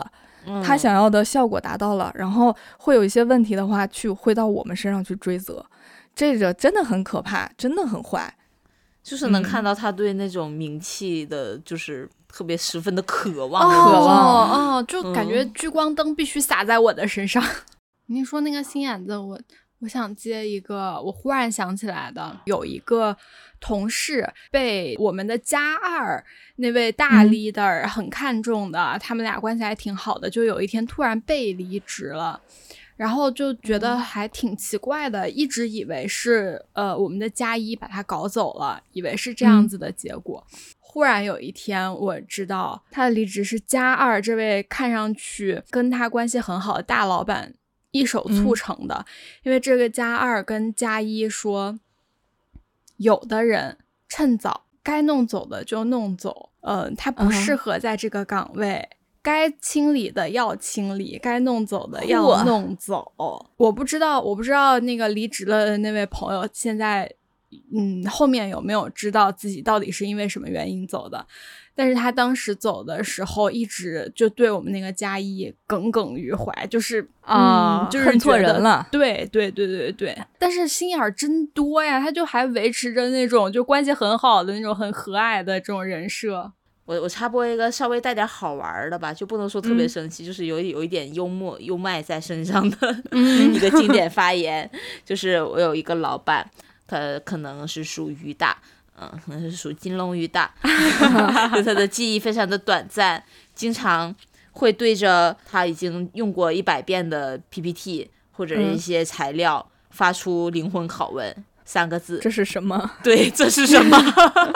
他想要的效果达到了，然后会有一些问题的话会到我们身上去追责，这个真的很可怕，真的很坏。 就是能看到他对那种名气的就是特别十分的渴望， 就感觉聚光灯必须洒在我的身上。你说那个心眼子，我想接一个，我忽然想起来的，有一个同事被我们的加二那位大 leader 很看重的，他们俩关系还挺好的，就有一天突然被离职了。然后就觉得还挺奇怪的，一直以为是我们的加一把他搞走了，以为是这样子的结果。忽然有一天我知道他的离职是加二这位看上去跟他关系很好的大老板一手促成的。因为这个加二跟加一说，有的人趁早该弄走的就弄走，他不适合在这个岗位，该清理的要清理，该弄走的要弄走。我不知道那个离职了的那位朋友现在后面有没有知道自己到底是因为什么原因走的，但是他当时走的时候一直就对我们那个加一耿耿于怀，就是就是恨错人了。 对，但是心眼儿真多呀，他就还维持着那种就关系很好的那种很和蔼的这种人设。 我插播一个稍微带点好玩的吧，就不能说特别生气，就是有一点幽默在身上的一个经典发言。就是我有一个老板，他可能是属于大，可能是属金龙鱼大，就他的记忆非常的短暂，经常会对着他已经用过100遍的 PPT 或者一些材料发出灵魂拷问3个字： 这是什么？ 对，这是什么？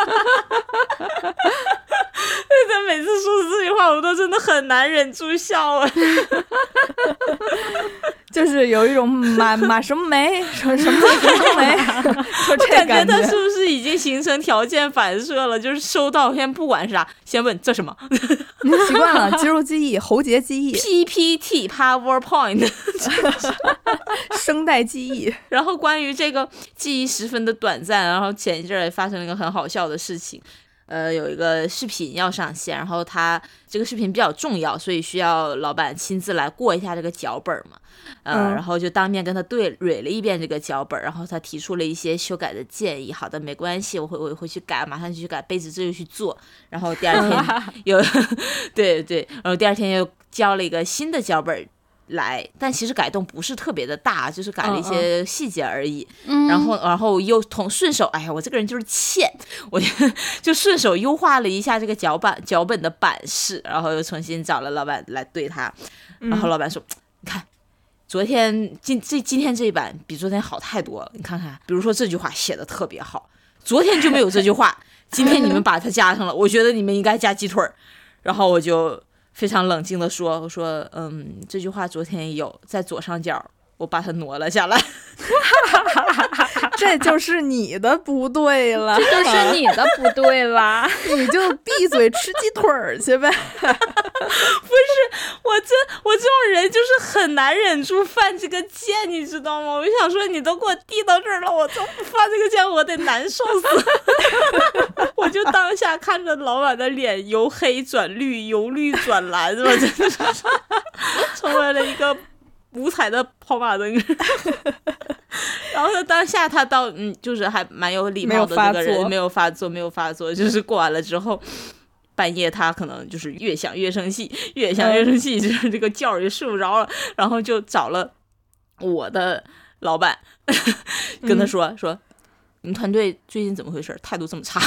他每次说这句话，我都真的很难忍住笑啊。 就是有一种马什么梅什么梅，就这感觉他是不是已经形成条件反射了？就是收到先不管是啥，先问这什么？ 习惯了，肌肉记忆、喉结记忆、 PPT、PowerPoint、 声带记忆。 然后关于这个记忆十分的短暂，然后前一阵儿发生了一个很好笑的事情。有一个视频要上线，然后他这个视频比较重要，所以需要老板亲自来过一下这个脚本嘛，然后就当面跟他蕊了一遍这个脚本，然后他提出了一些修改的建议。好的，没关系，我会去改，马上就去改，卑职这就去做。然后第二天又对，然后第二天又交了一个新的脚本来，但其实改动不是特别的大，就是改了一些细节而已。然后又顺手，哎呀，我这个人就是欠，我就顺手优化了一下这个脚本的版式，然后又重新找了老板来对他。然后老板说，你看昨天今天这一版比昨天好太多了，你看看，比如说这句话写的特别好，昨天就没有这句话，今天你们把它加上了，我觉得你们应该加鸡腿。然后我就非常冷静的说，我说这句话昨天有在左上角，我把它挪了下来。 这就是你的不对了， 这就是你的不对了， 你就闭嘴吃鸡腿去呗。 不是，我这种人就是很难忍住犯这个贱，你知道吗？我就想说，你都给我递到这儿了，我都不犯这个贱，我得难受死。我就当下看着老板的脸由黑转绿，由绿转蓝，是吧？真的是成为了一个五彩的跑马灯。然后他当下他倒就是还蛮有礼貌的这个人，没有发作，就是过完了之后，半夜他可能就是越想越生气，就是这个觉也睡不着了，然后就找了我的老板，跟他说你们团队最近怎么回事，态度这么差。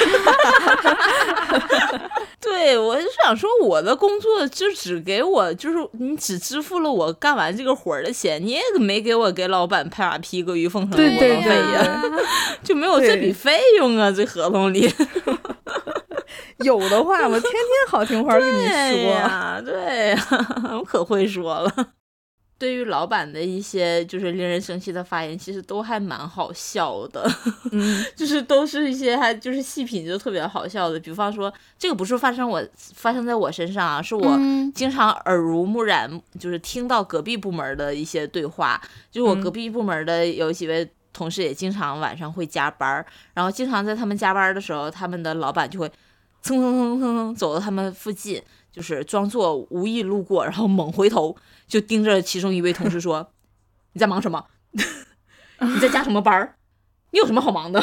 对，我就想说，我的工作就只给我，就是你只支付了我干完这个活的钱，你也没给我给老板拍马屁、阿谀奉承的活动费呀，就没有这笔费用啊，这合同里。 有的话，我天天好听话跟你说。对呀，我可会说了。对于老板的一些就是令人生气的发言，其实都还蛮好笑的，就是都是一些还就是细品就特别好笑的。比方说，这个不是发生在我身上啊，是我经常耳濡目染，就是听到隔壁部门的一些对话。就是我隔壁部门的有几位同事也经常晚上会加班，然后经常在他们加班的时候，他们的老板就会蹭走到他们附近。 就是装作无意路过，然后猛回头就盯着其中一位同事说你在忙什么？你在加什么班？你有什么好忙的？我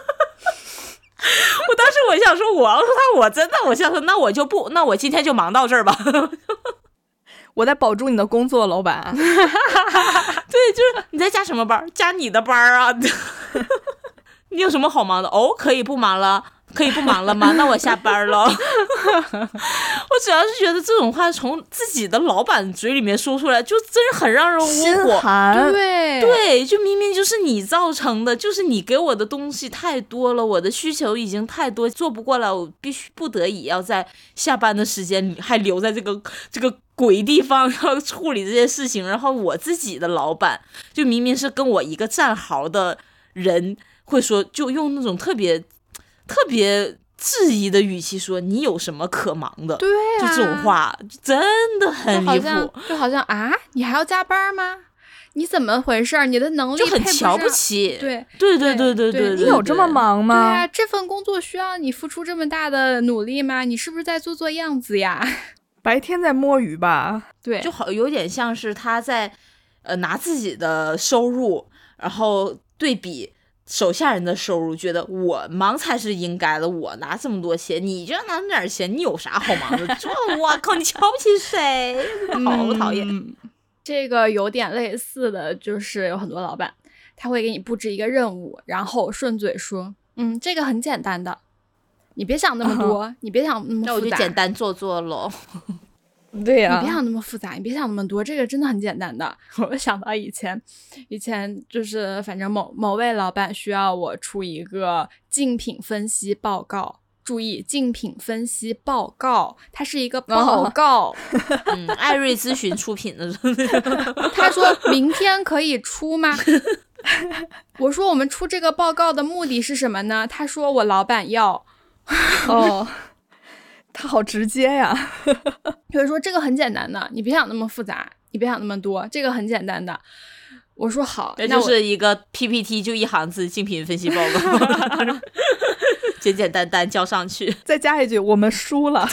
当时我想说，我要说他，我真的我想说，那我今天就忙到这儿吧。 我在保住你的工作，老板。 对，就是你在加什么班？加你的班啊。你有什么好忙的？哦，可以不忙了吗？那我下班了。我主要是觉得这种话从自己的老板嘴里面说出来，就真是很让人窝火。对，就明明就是你造成的，就是你给我的东西太多了，我的需求已经太多，做不过来，我必须不得已要在下班的时间还留在这个鬼地方要处理这些事情。然后我自己的老板就明明是跟我一个战壕的人，会说就用那种特别质疑的语气说你有什么可忙的？ 对啊， 就这种话真的很离谱， 就好像啊，你还要加班吗？你怎么回事？你的能力就很瞧不起。 对， 你有这么忙吗？ 对啊，这份工作需要你付出这么大的努力吗？你是不是在做样子呀？ 白天在摸鱼吧？ 对， 就好有点像是他在拿自己的收入，然后对比手下人的收入，觉得我忙才是应该的，我拿这么多钱，你就拿那点钱，你有啥好忙的？这我靠，你瞧不起谁？好讨厌。 这个有点类似的就是有很多老板他会给你布置一个任务，然后顺嘴说这个很简单的，你别想那么多，你别想那么复杂， 那我就简单做咯。 对呀， 你别想那么复杂，你别想那么多，这个真的很简单的。我想到以前就是反正某位老板需要我出一个竞品分析报告，注意竞品分析报告，它是一个报告。 艾瑞咨询出品的。 他说明天可以出吗？我说我们出这个报告的目的是什么呢？他说我老板要。 哦。他好直接呀。 就是说这个很简单的，你别想那么复杂，你别想那么多，这个很简单的。我说好， 那就是一个 PPT 就一行字竞品分析报告。简简单单交上去， 再加一句我们输了。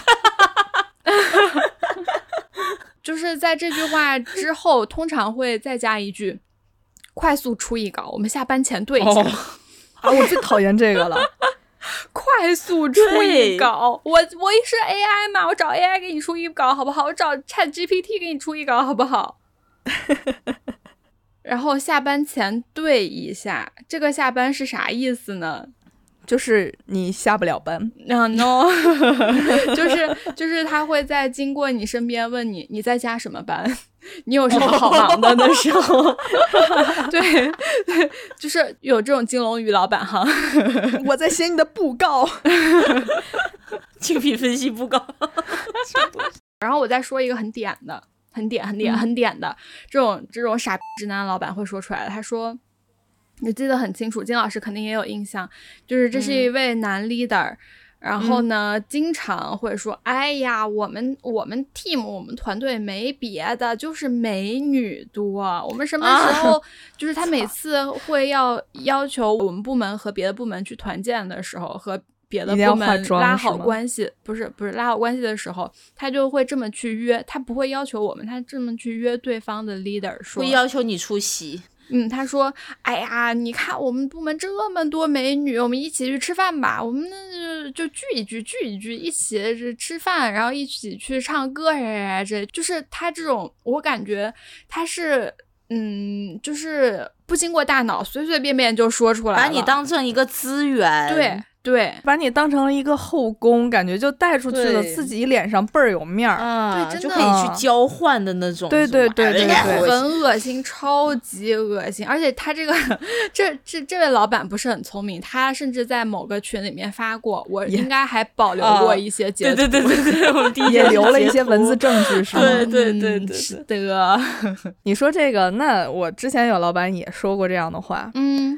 就是在这句话之后通常会再加一句快速出一稿，我们下班前对一下。 我最讨厌这个了。 快速出一稿，我是 AI 嘛，我找 AI 给你出一稿好不好？我找 ChatGPT 给你出一稿好不好？然后下班前对一下，这个下班是啥意思呢？ 就是你下不了班。 No 就是他会在经过你身边问你在加什么班，你有什么好忙的的时候。对，就是有这种金龙鱼老板哈。 我在写你的布告。 竞品分析布告。 然后我再说一个很点的这种傻直男老板会说出来的。他说你记得很清楚，金老师肯定也有印象，就是这是一位男 leader，然后呢经常会说哎呀我们 team 我们团队没别的，就是美女多，我们什么时候就是他每次会要求我们部门和别的部门去团建的时候，和别的部门拉好关系，不是拉好关系的时候，他就会这么去约，他不会要求我们，他这么去约对方的 leader 说， 会要求你出席。 他说哎呀你看我们部门这么多美女，我们一起去吃饭吧，我们就聚一聚一起吃饭，然后一起去唱歌这就是他这种，我感觉他是就是不经过大脑随随便便就说出来了， 把你当成一个资源。 对， 把你当成了一个后宫，感觉就带出去了，自己脸上倍儿有面儿， 对， 就可以去交换的那种。 对， 很恶心，超级恶心。而且他这个这位老板不是很聪明，他甚至在某个群里面发过，我应该还保留过一些截图。 对，我们第一也留了一些文字证据，是吗？ 对， 是的。 你说这个，那我之前有老板也说过这样的话，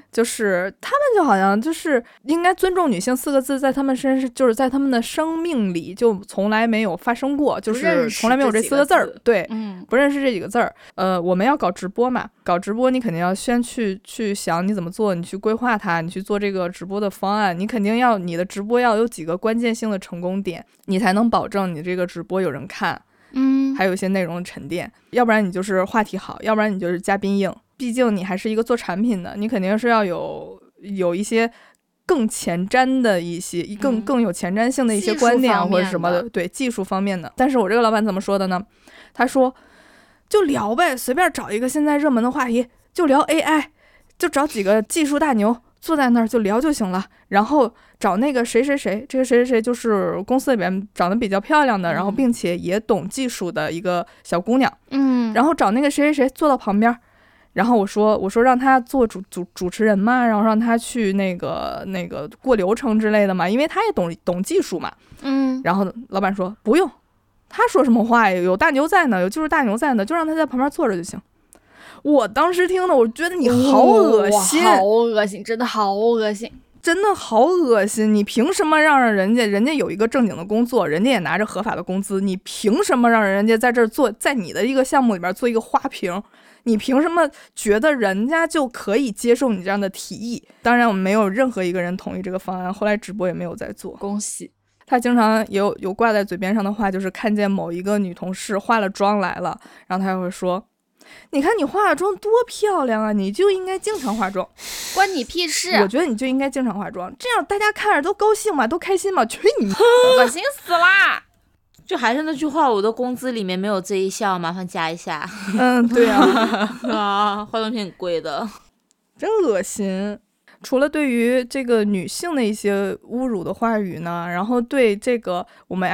就是他们就好像就是应该尊重女性4个字在他们身上，就是在他们的生命里就从来没有发生过，就是从来没有这4个字儿。对，不认识这几个字儿。我们要搞直播嘛，搞直播你肯定要先去想你怎么做，你去规划它，你去做这个直播的方案，你肯定要你的直播要有几个关键性的成功点，你才能保证你这个直播有人看。还有一些内容的沉淀，要不然你就是话题好，要不然你就是嘉宾硬。毕竟你还是一个做产品的，你肯定是要有一些更前瞻的一些更有前瞻性的一些观点或者什么的，对，技术方面的。但是我这个老板怎么说的呢？他说就聊呗，随便找一个现在热门的话题，就聊 AI， 就找几个技术大牛坐在那儿就聊就行了，然后找那个谁谁谁，这个谁谁谁就是公司里边长得比较漂亮的，然后并且也懂技术的一个小姑娘，然后找那个谁谁谁坐到旁边，然后我说让他做主持人嘛，然后让他去那个过流程之类的嘛，因为他也懂技术嘛，然后老板说不用，他说什么话有大牛在呢，有技术大牛在呢，就让他在旁边坐着就行。我当时听了，我觉得你好恶心， 好恶心，真的好恶心， 真的好恶心！你凭什么让人家有一个正经的工作，人家也拿着合法的工资，你凭什么让人家在这儿做，在你的一个项目里边做一个花瓶？你凭什么觉得人家就可以接受你这样的提议？当然，我们没有任何一个人同意这个方案，后来直播也没有再做。 恭喜！ 他经常有挂在嘴边上的话，就是看见某一个女同事化了妆来了，然后他会说，你看你化了妆多漂亮啊，你就应该经常化妆。 关你屁事！ 我觉得你就应该经常化妆，这样大家看着都高兴嘛，都开心嘛。去你妈！ 恶心死啦！ 就还是那句话，我的工资里面没有这一项，麻烦加一下。 对啊， 化妆品很贵的， 真恶心。除了对于这个女性的一些侮辱的话语呢，然后对这个我们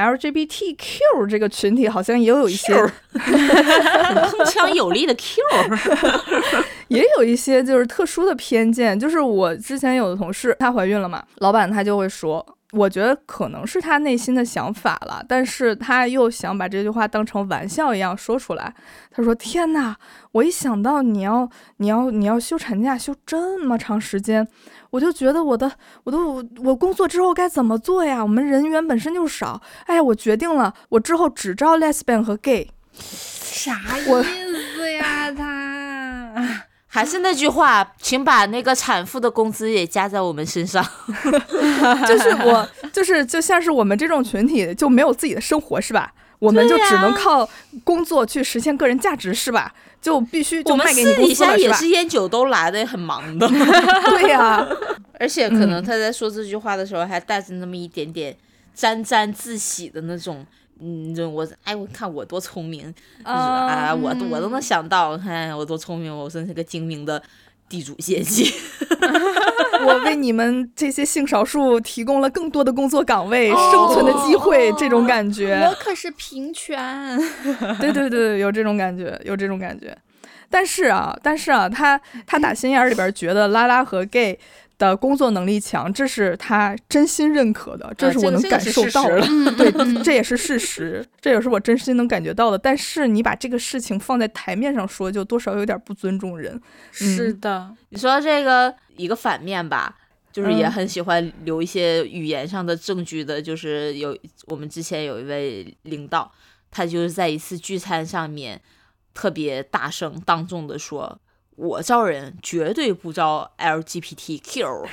LGBTQ 这个群体好像也有一些铿锵有力的 Q 也有一些就是特殊的偏见。就是我之前有的同事她怀孕了嘛，老板他就会说，我觉得可能是他内心的想法了，但是他又想把这句话当成玩笑一样说出来。他说天哪，我一想到你要休产假休这么长时间，我就觉得我工作之后该怎么做呀，我们人员本身就少，哎呀，我决定了，我之后只招 lesbian 和 gay。 啥意思呀他还是那句话，请把那个产妇的工资也加在我们身上。 就像是我们这种群体就没有自己的生活是吧？我们就只能靠工作去实现个人价值是吧？就必须就卖给你公司了是吧？ 我们私底下也是烟酒都来的很忙的。 对呀， 而且可能他在说这句话的时候还带着那么一点点沾沾自喜的那种。我看我多聪明，我都能想到，看我多聪明，我真是个精明的地主阶级。 我为你们这些性少数提供了更多的工作岗位、生存的机会，这种感觉。 我可是平权。 对，有这种感觉。但是啊，他打心眼里边觉得拉拉和 gay 的工作能力强，这是他真心认可的，这是我能感受到的。对，这也是事实，这也是我真心能感觉到的。但是你把这个事情放在台面上说，就多少有点不尊重人。 是的， 你说这个一个反面吧，就是也很喜欢留一些语言上的证据的，就是我们之前有一位领导，他就是在一次聚餐上面特别大声当众的说，我招人绝对不招 LGBTQ。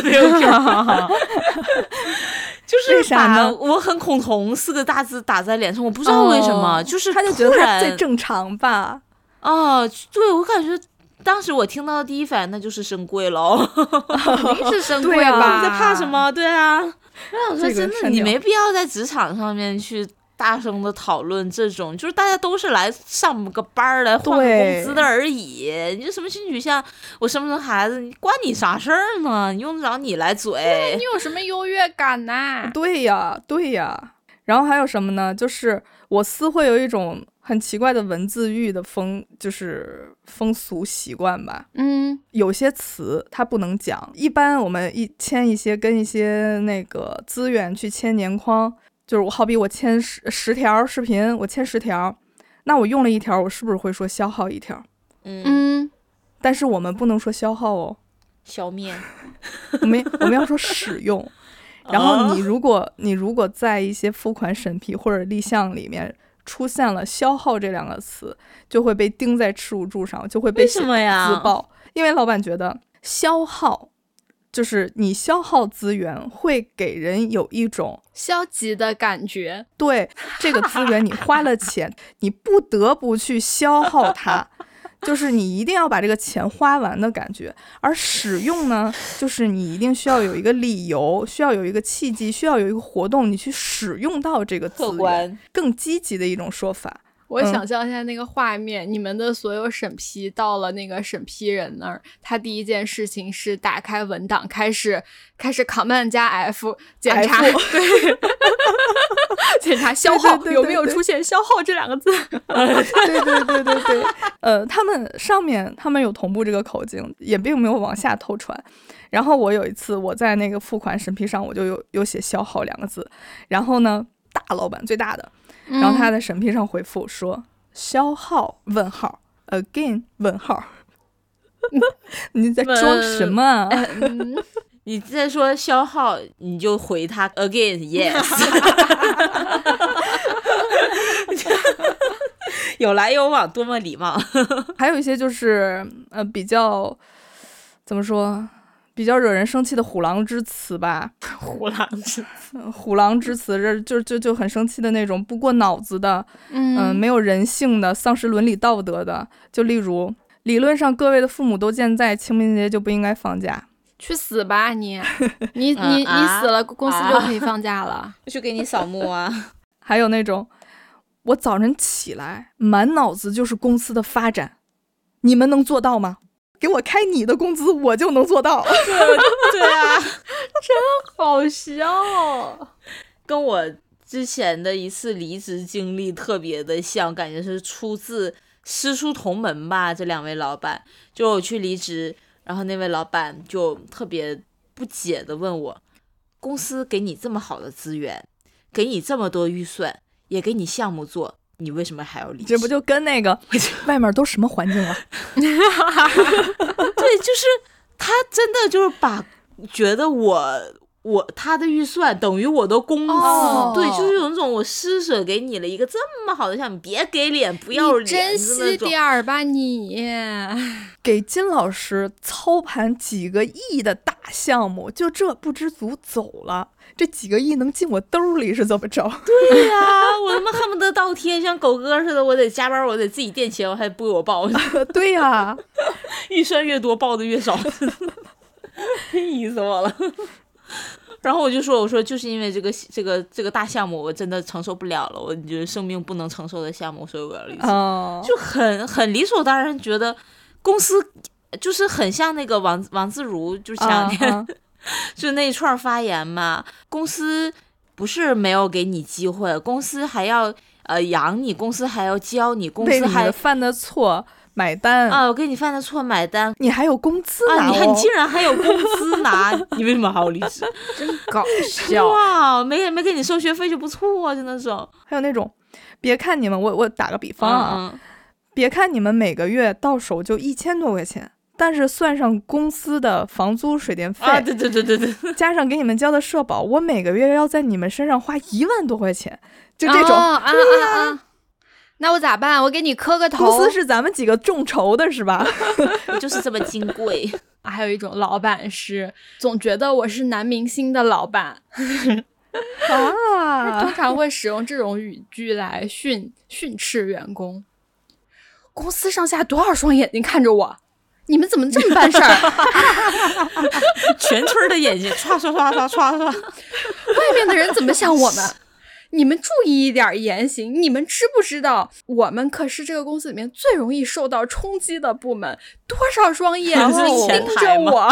就是把我很恐同4个大字打在脸上，我不知道为什么，就是他就觉得他最正常吧。 对，我感觉当时我听到的第一反应那就是深贵了。 肯定是深贵吧， 你在怕什么？对啊，我说真的，你没必要在职场上面去大声的讨论这种，就是大家都是来上个班来换个工资的而已。你这什么性取向，我生不生孩子，关你啥事儿呢？你用得着你来嘴？ 你有什么优越感呢？ 对呀。然后还有什么呢？就是我司会有一种很奇怪的文字狱的就是风俗习惯吧。有些词它不能讲，一般我们签一些跟一些那个资源去签年框。就是我好比我签10条视频，我签10条，那我用了1条，我是不是会说消耗1条？ 嗯， 但是我们不能说消耗哦。 消灭。 我们要说使用。然后你如果在一些付款审批或者立项里面出现了消耗这2个词，就会被钉在耻辱柱上，就会被自爆。因为老板觉得消耗就是你消耗资源会给人有一种消极的感觉。 对，这个资源你花了钱你不得不去消耗它，就是你一定要把这个钱花完的感觉。而使用呢，就是你一定需要有一个理由，需要有一个契机，需要有一个活动，你去使用到这个资源，更积极的一种说法。 我想象一下那个画面，你们的所有审批到了那个审批人那儿，他第一件事情是打开文档，开始 Command 加 F 检查，对，检查消耗有没有出现消耗这2个字。 对，他们有同步这个口径，也并没有往下偷传。然后我有一次我在那个付款审批上，我就有写消耗2个字，然后呢，大老板最大的。然后他在审批上回复说消耗问号 again 问号。你在装什么你在说消耗你就回他 again yes。 有来有往，多么礼貌。 还有一些就是比较怎么说，比较惹人生气的虎狼之词吧。 虎狼之词就很生气的那种，不过脑子的，没有人性的，丧失伦理道德的。就例如，理论上各位的父母都健在，清明节就不应该放假。 去死吧你死了，公司就可以放假了。 去给你扫墓啊。 还有那种，我早晨起来满脑子就是公司的发展，你们能做到吗？给我开你的工资，我就能做到。 对啊， 真好笑。 跟我之前的一次离职经历特别的像，感觉是出自师出同门吧。这2位老板，就我去离职，然后那位老板就特别不解的问我，公司给你这么好的资源，给你这么多预算，也给你项目做，你为什么还要离职？ 这不就跟那个外面都什么环境了？ 对，就是他真的就是把觉得他的预算等于我的工资。对，就是有那种我施舍给你了一个这么好的项目，别给脸不要脸， 你珍惜点儿吧你。 给金老师操盘几个亿的大项目，就这不知足走了，这几个亿能进我兜里是怎么着？ 对呀，我他妈恨不得倒贴，像狗哥似的，我得加班，我得自己垫钱，我还不给我报。 对呀， 预算越多报的越少。气死我了。然后我说就是因为这个大项目我真的承受不了了，我觉得生命不能承受的项目，所以我要离职。就很理所当然觉得公司就是很像那个王自如，就是前两天就那一串发言嘛，公司不是没有给你机会，公司还要养你，公司还要教你，公司还为你犯的错买单啊！我给你犯的错买单， 你还有工资拿你竟然还有工资拿，你为什么还要离职？ 真搞笑！ 哇，没给你收学费就不错，就那种。 还有那种，别看你们，我打个比方啊，别看你们每个月到手就1000多块钱，但是算上公司的房租、水电费啊，对， 加上给你们交的社保，我每个月要在你们身上花1万多块钱，就这种。 那我咋办？我给你磕个头。 公司是咱们几个众筹的是吧？ 就是这么金贵。 还有一种老板是总觉得我是男明星的老板他通常会使用这种语句来训斥员工。公司上下多少双眼睛看着我，你们怎么这么办事儿？ 全村的眼睛唰唰唰唰唰唰， 外面的人怎么想我们？你们注意一点言行，你们知不知道我们可是这个公司里面最容易受到冲击的部门，多少双眼睛盯着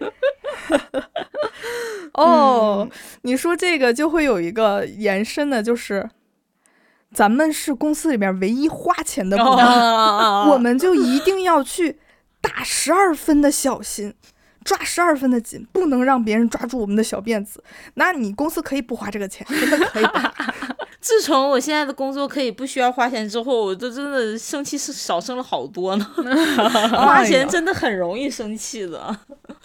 我你说这个就会有一个延伸的，就是咱们是公司里面唯一花钱的部门，我们就一定要去打12分的小心，抓12分的紧，不能让别人抓住我们的小辫子。那你公司可以不花这个钱，真的可以不花。 自从我现在的工作可以不需要花钱之后，我就真的生气是少生了好多呢。花钱真的很容易生气的。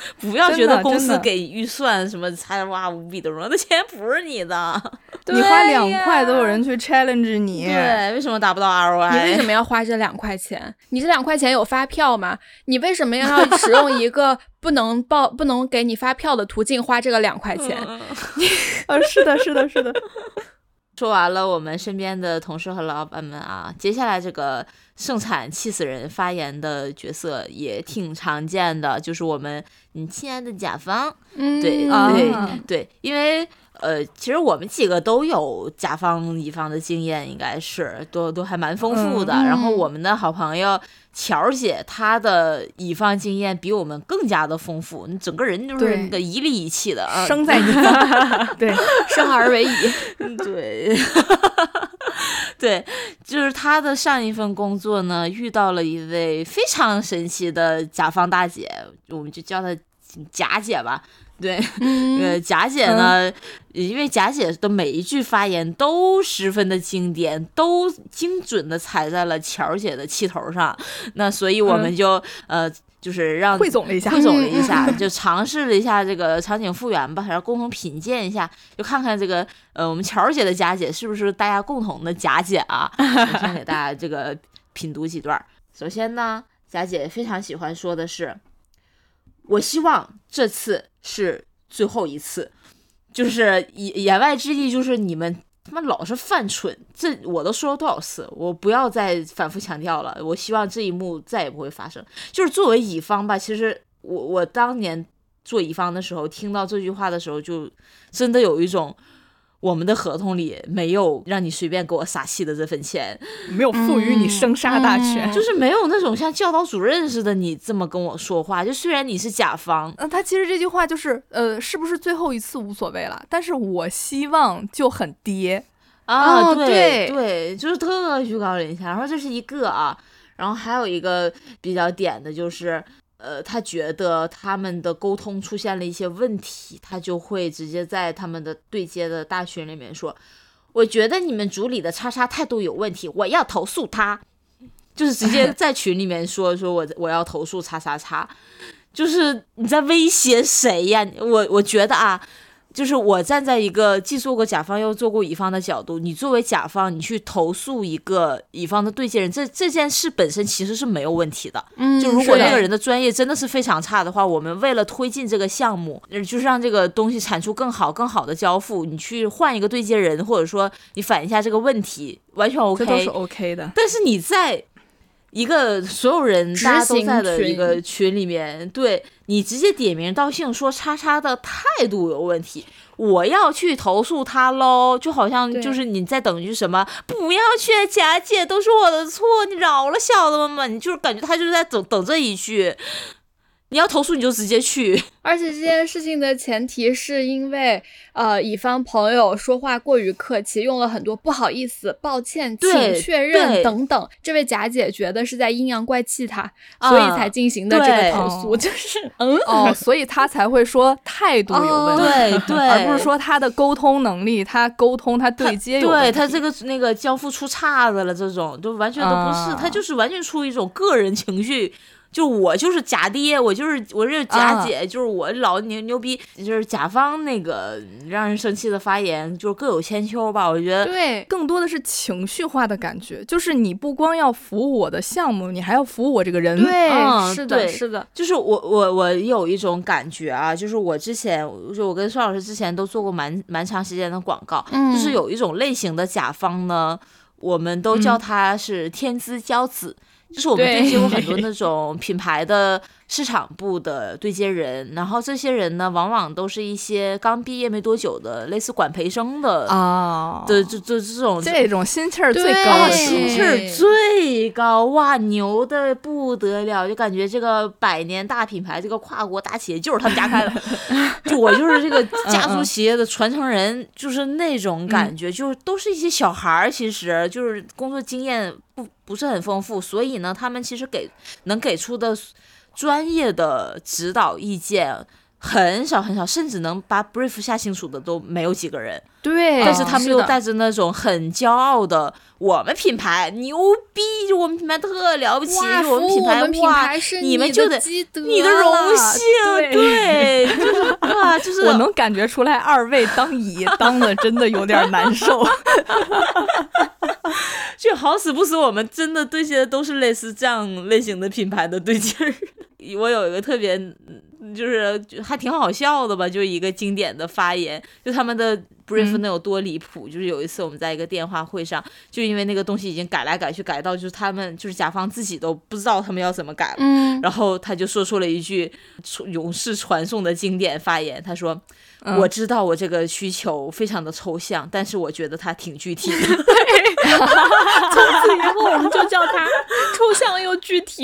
不要觉得公司给预算什么才哇无比的荣耀，那钱不是你的。 你花2块都有人去 challenge 你， 对，为什么达不到 ROI？ 你为什么要花这2块钱？你这2块钱有发票吗？你为什么要使用一个不能给你发票的途径花这个2块钱？ 是的，是的，是的。 说完了我们身边的同事和老板们啊，接下来这个盛产气死人发言的角色也挺常见的，就是我们亲爱的甲方。对，因为其实我们几个都有甲方乙方的经验，应该是都还蛮丰富的。然后我们的好朋友乔姐，她的乙方经验比我们更加的丰富，你整个人就是那个一里一气的， 生在乙方，对， 生而为乙， 对，对，就是她的上一份工作呢，遇到了一位非常神奇的甲方大姐，我们就叫她贾姐吧。对，贾姐呢，因为贾姐的每一句发言都十分的经典，都精准的踩在了乔姐的气头上，那所以我们就就是让汇总了一下， 就尝试了一下这个场景复原吧，然后共同品鉴一下，就看看这个我们乔姐的贾姐是不是大家共同的贾姐啊？我先给大家这个品读几段。首先呢，贾姐非常喜欢说的是，我希望这次是最后一次，就是言外之意就是你们他妈老是犯蠢，这我都说了多少次，我不要再反复强调了，我希望这一幕再也不会发生。就是作为乙方吧，其实我当年做乙方的时候，听到这句话的时候，就真的有一种我们的合同里没有让你随便给我撒气的这份钱， 没有赋予你生杀大权， 就是没有那种像教导主任似的你这么跟我说话。就虽然你是甲方， 他其实这句话就是是不是最后一次无所谓了，但是我希望就很爹啊，对，就是特居高临下。然后这是一个啊，然后还有一个比较点的就是他觉得他们的沟通出现了一些问题，他就会直接在他们的对接的大群里面说，我觉得你们组里的叉叉态度有问题，我要投诉他，就是直接在群里面说我要投诉叉叉叉，就是你在威胁谁呀？我觉得啊，就是我站在一个既做过甲方又做过乙方的角度，你作为甲方，你去投诉一个乙方的对接人，这件事本身其实是没有问题的。就如果那个人的专业真的是非常差的话，我们为了推进这个项目，就是让这个东西产出更好的交付，你去换一个对接人，或者说你反映一下这个问题，完全 OK， 这都是 OK 的。 但是你在一个所有人大家都在的一个群里面，对，你直接点名道姓说叉叉的态度有问题，我要去投诉他喽，就好像就是你在等于什么不要去，贾姐都是我的错，你饶了小子们嘛，你就是感觉他就是在等这一句，你要投诉你就直接去。 而且这件事情的前提是因为乙方朋友说话过于客气，用了很多不好意思、抱歉、请确认等等，这位贾姐觉得是在阴阳怪气他，所以才进行的这个投诉，就是所以他才会说态度有问题， 对， 而不是说他的沟通能力，他沟通他对接有问题， 对他这个那个交付出岔子了，这种就完全都不是，他就是完全出于一种个人情绪。就我就是假爹，我是假姐，就是我老牛逼，就是甲方那个让人生气的发言，就是各有千秋吧。我觉得对， 更多的是情绪化的感觉，就是你不光要服务我的项目，你还要服务我这个人。 对，是的，是的。 就是我有一种感觉啊，就是我之前就我跟邵老师之前都做过蛮长时间的广告，就是有一种类型的甲方呢，我们都叫他是天之骄子。就是我们对接过很多那种品牌的市场部的对接人，然后这些人呢，往往都是一些刚毕业没多久的，类似管培生的这种心气儿最高的， 心气儿最高，哇，牛的不得了，就感觉这个100年大品牌，这个跨国大企业就是他们家开的，就我就是这个家族企业的传承人，就是那种感觉，就是都是一些小孩儿，其实就是工作经验不是很丰富，所以呢，他们其实能给出的专业的指导意见很少，甚至能把 brief 下清楚的都没有几个人。 对， 但是他们又带着那种很骄傲的，我们品牌牛逼，就我们品牌特了不起，我们品牌是你们就得你的荣幸，对， 就是我能感觉出来二位当乙当的真的有点难受。 就好死不死我们真的对接的都是类似这样类型的品牌的对接人。我有一个特别就是还挺好笑的吧，就一个经典的发言，就他们的 brief 能有多离谱，就是有一次我们在一个电话会上，就因为那个东西已经改来改去，改到就是他们就是甲方自己都不知道他们要怎么改了，然后他就说出了一句永世传颂的经典发言，他说我知道我这个需求非常的抽象，但是我觉得它挺具体的。 对，从此以后我们就叫它抽象又具体。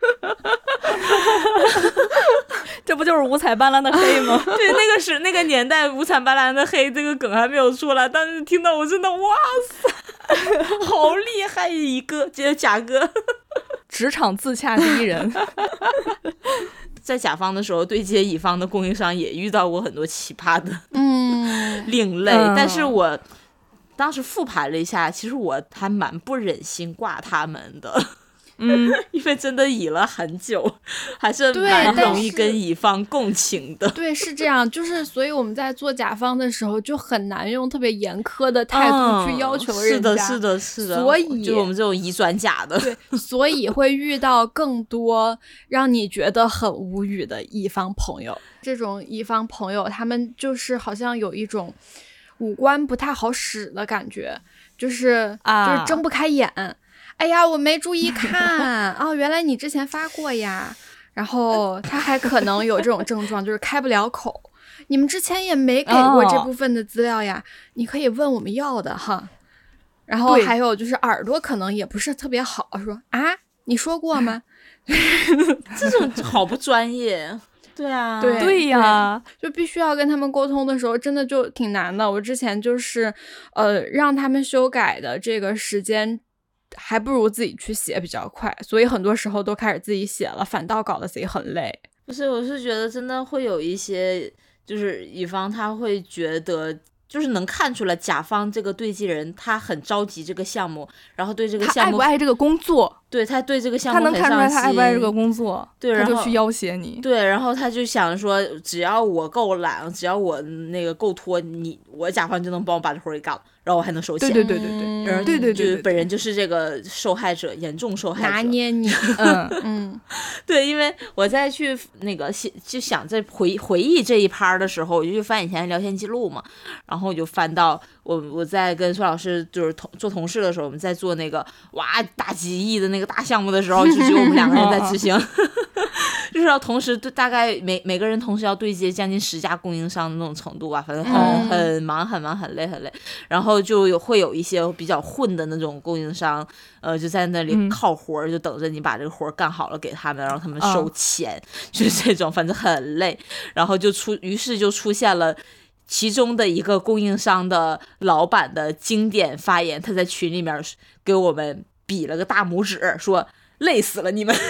这不就是五彩斑斓的黑吗？ 对，那个年代五彩斑斓的黑这个梗还没有出来，但是听到我真的哇塞，好厉害一个贾哥， 职场自洽第一人。 在甲方的时候对接乙方的供应商也遇到过很多奇葩的另类，但是我当时复盘了一下，其实我还蛮不忍心挂他们的。因为真的乙了很久，还是蛮容易跟乙方共情的。 对，是这样，就是所以我们在做甲方的时候就很难用特别严苛的态度去要求人家。 是的， 所以就是我们这种乙转甲的， 对，所以会遇到更多让你觉得很无语的乙方朋友。这种乙方朋友，他们就是好像有一种五官不太好使的感觉，就是睁不开眼。哎呀，我没注意看哦，原来你之前发过呀。然后他还可能有这种症状，就是开不了口。你们之前也没给过这部分的资料呀，你可以问我们要的哈。然后还有就是耳朵可能也不是特别好，说啊，你说过吗？ 这种好不专业。对啊， 对呀， 就必须要跟他们沟通的时候，真的就挺难的。我之前就是让他们修改的这个时间还不如自己去写比较快，所以很多时候都开始自己写了，反倒搞得自己很累。 不是，我是觉得真的会有一些就是乙方他会觉得就是能看出来甲方这个对接人他很着急这个项目，然后对这个项目他爱不爱这个工作， 对，他对这个项目很上心， 他能看出来他爱不爱这个工作， 对， 他就去要挟你。 对，然后他就想说只要我够懒，只要我那个够拖，我甲方就能帮我把这活给干了，然后我还能收钱。 对， 就是本人就是这个受害者，严重受害者， 拿捏你。 对，因为我在去那个就想在回忆这一趴的时候，我就去翻以前聊天记录嘛，然后我就翻到我在跟孙老师就是做同事的时候，我们在做那个大几亿的那个大项目的时候，就只有我们两个人在执行。就是要同时大概每个人同时要对接将近10家供应商的那种程度吧，反正很忙很忙很累，然后就会有一些比较混的那种供应商，就在那里靠活，就等着你把这个活干好了给他们，然后他们收钱，就是这种，反正很累，然后于是就出现了其中的一个供应商的老板的经典发言，他在群里面给我们比了个大拇指，说累死了你们。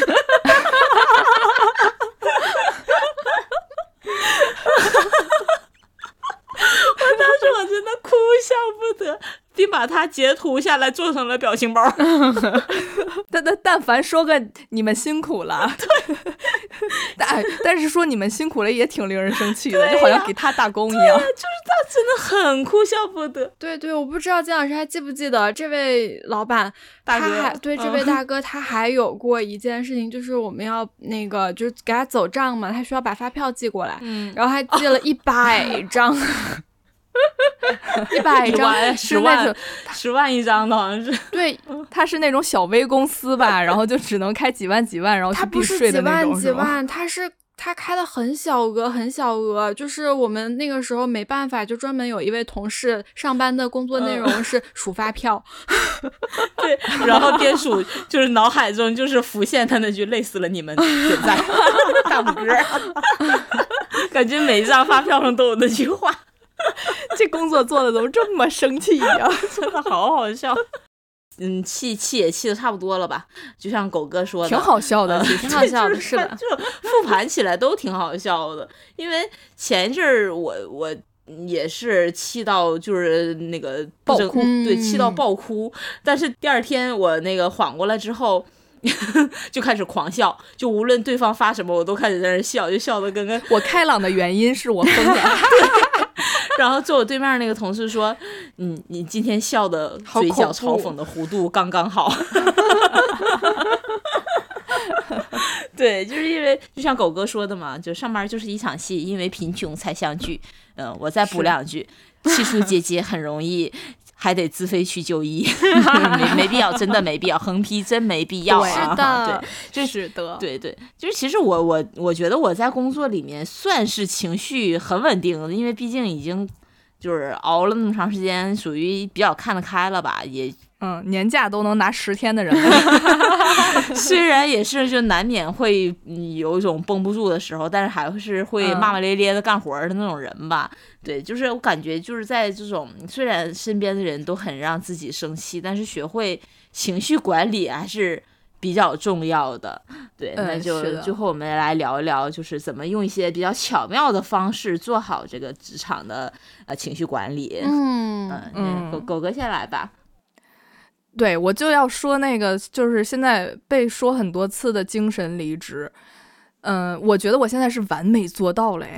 我当时我真的哭笑不得，并把它截图下来做成了表情包。 但凡说个你们辛苦了，对，但是说你们辛苦了也挺令人生气的，就好像给他打工一样。 就是他真的很哭笑不得。 对，我不知道姜老师还记不记得这位老板大哥， 这位大哥他还有过一件事情，就是我们要那个就是给他走账嘛，他需要把发票寄过来，然后还寄了100张。100张 10万一张的，好像是。 对， 他是那种小微公司吧，然后就只能开几万，然后去避税的那种。 几万，他开的很小额，就是我们那个时候没办法，就专门有一位同事上班的工作内容是数发票。 对，然后边数就是脑海中就是浮现他那句累死了你们，点赞大拇哥，感觉每一张发票上都有那句话。 这工作做的怎么这么生气呀？ 真的好好笑。气也气的差不多了吧？就像狗哥说的， 挺好笑的， 挺好笑的，是的， 就复盘起来都挺好笑的。因为前一阵儿我也是气到就是那个爆哭， 对，气到爆哭。但是第二天我那个缓过来之后， 就开始狂笑，就无论对方发什么，我都开始在那笑，就笑得跟我开朗的原因是我疯了。 然后坐我对面那个同事说：“你今天笑的嘴角嘲讽的弧度刚刚好。”对，就是因为就像狗哥说的嘛，就上班就是一场戏，因为贫穷才相聚。我再补2句，气数结节很容易。还得自费去就医，没必要，真的没必要，横批真没必要啊！ 是的， 对， 是的， 对，就是其实我觉得我在工作里面算是情绪很稳定的，因为毕竟已经就是熬了那么长时间，属于比较看得开了吧，也年假都能拿10天的人虽然也是就难免会有一种绷不住的时候，但是还是会骂骂咧咧的干活的那种人吧。对，就是我感觉就是在这种虽然身边的人都很让自己生气，但是学会情绪管理还是比较重要的。对，那就最后我们来聊一聊，就是怎么用一些比较巧妙的方式做好这个职场的情绪管理。狗哥先来吧。 对，我就要说那个，就是现在被说很多次的精神离职。我觉得我现在是完美做到了，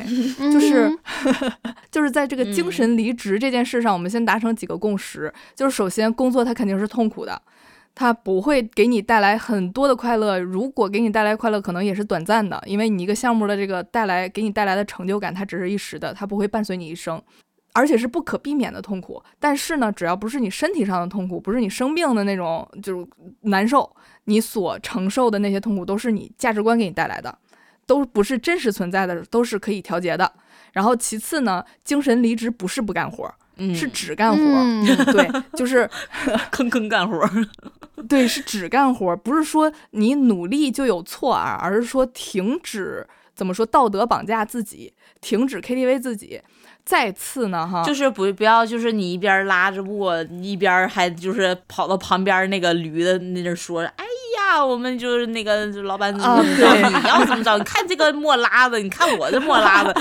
就是在这个精神离职这件事上，我们先达成几个共识。就是首先，工作它肯定是痛苦的，它不会给你带来很多的快乐。如果给你带来快乐，可能也是短暂的，因为你一个项目的这个给你带来的成就感，它只是一时的，它不会伴随你一生。而且是不可避免的痛苦，但是呢，只要不是你身体上的痛苦，不是你生病的那种就是难受，你所承受的那些痛苦都是你价值观给你带来的，都不是真实存在的，都是可以调节的。然后其次呢，精神离职不是不干活，是只干活，对，就是坑干活， 对，是只干活，不是说你努力就有错啊，而是说停止怎么说道德绑架自己，停止 KTV 自己。再次呢， 就是不要，就是你一边拉着磨，一边还就是跑到旁边那个驴的那阵说，哎呀，我们就是那个老板怎么着，你要怎么着？你看这个磨拉的，你看我这磨拉的，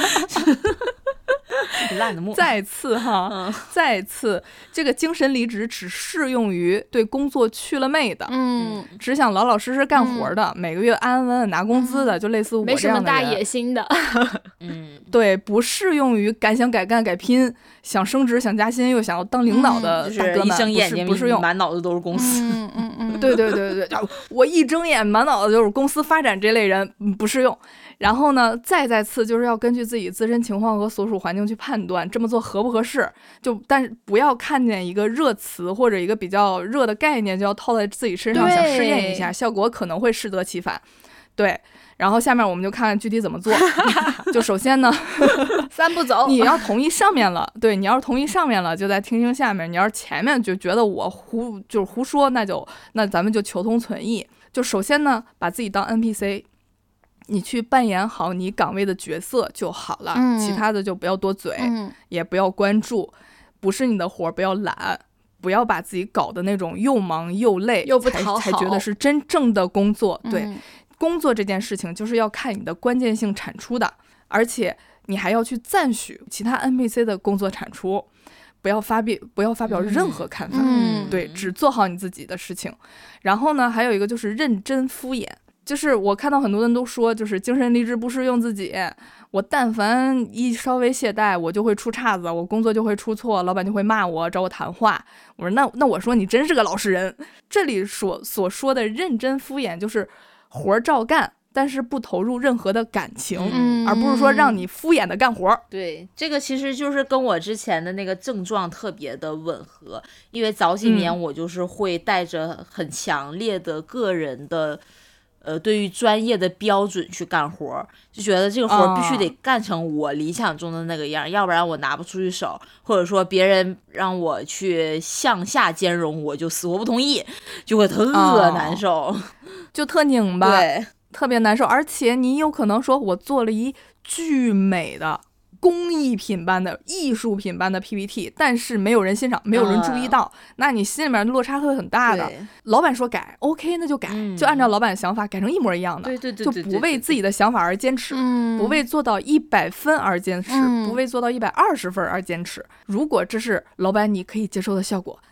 烂的磨。 再次再次，这个精神离职只适用于对工作去了魅的，只想老老实实干活的，每个月安安稳稳拿工资的，就类似我这样的人， 没什么大野心的， 对，不适用于敢想敢干敢拼，想升职想加薪又想要当领导的大哥们， 就是一睁眼睛不适用， 满脑子都是公司。 对，我一睁眼满脑子就是公司发展这类人不适用。然后呢，再次就是要根据自己自身情况和所属环境去判断这么做合不合适。但是不要看见一个热词或者一个比较热的概念就要套在自己身上，想试验一下，效果可能会适得其反。对。然后下面我们就看看具体怎么做。就首先呢 3步走， 你要同意上面了，对，你要是同意上面了，就再听听下面。你要是前面就觉得我胡说，那咱们就求同存异。就首先呢，把自己当 NPC， 你去扮演好你岗位的角色就好了，其他的就不要多嘴，也不要关注，不是你的活不要懒。不要把自己搞得那种又忙又累又不讨好， 才觉得是真正的工作。对。工作这件事情就是要看你的关键性产出的，而且你还要去赞许其他 NPC 的工作产出，不要发表任何看法，对，只做好你自己的事情。然后呢，还有一个就是认真敷衍，就是我看到很多人都说，就是精神离职不适用自己，我但凡一稍微懈怠，我就会出岔子，我工作就会出错，老板就会骂我，找我谈话。我说那我说你真是个老实人。这里所说的认真敷衍就是活照干，但是不投入任何的感情，而不是说让你敷衍的干活。 对，这个其实就是跟我之前的那个症状特别的吻合，因为早几年我就是会带着很强烈的个人的对于专业的标准去干活，就觉得这个活必须得干成我理想中的那个样，要不然我拿不出去手，或者说别人让我去向下兼容，我就死活不同意，就会特难受， 就特拧巴， 对， 特别难受。而且你有可能说我做了一巨美的工艺品般的艺术品般的 PPT， 但是没有人欣赏，没有人注意到，那你心里面落差会很大的。老板说改 OK， 那就改，就按照老板的想法改成一模一样的， 对， 就不为自己的想法而坚持，不为做到100分而坚持，不为做到120分而坚持。如果这是老板你可以接受的效果，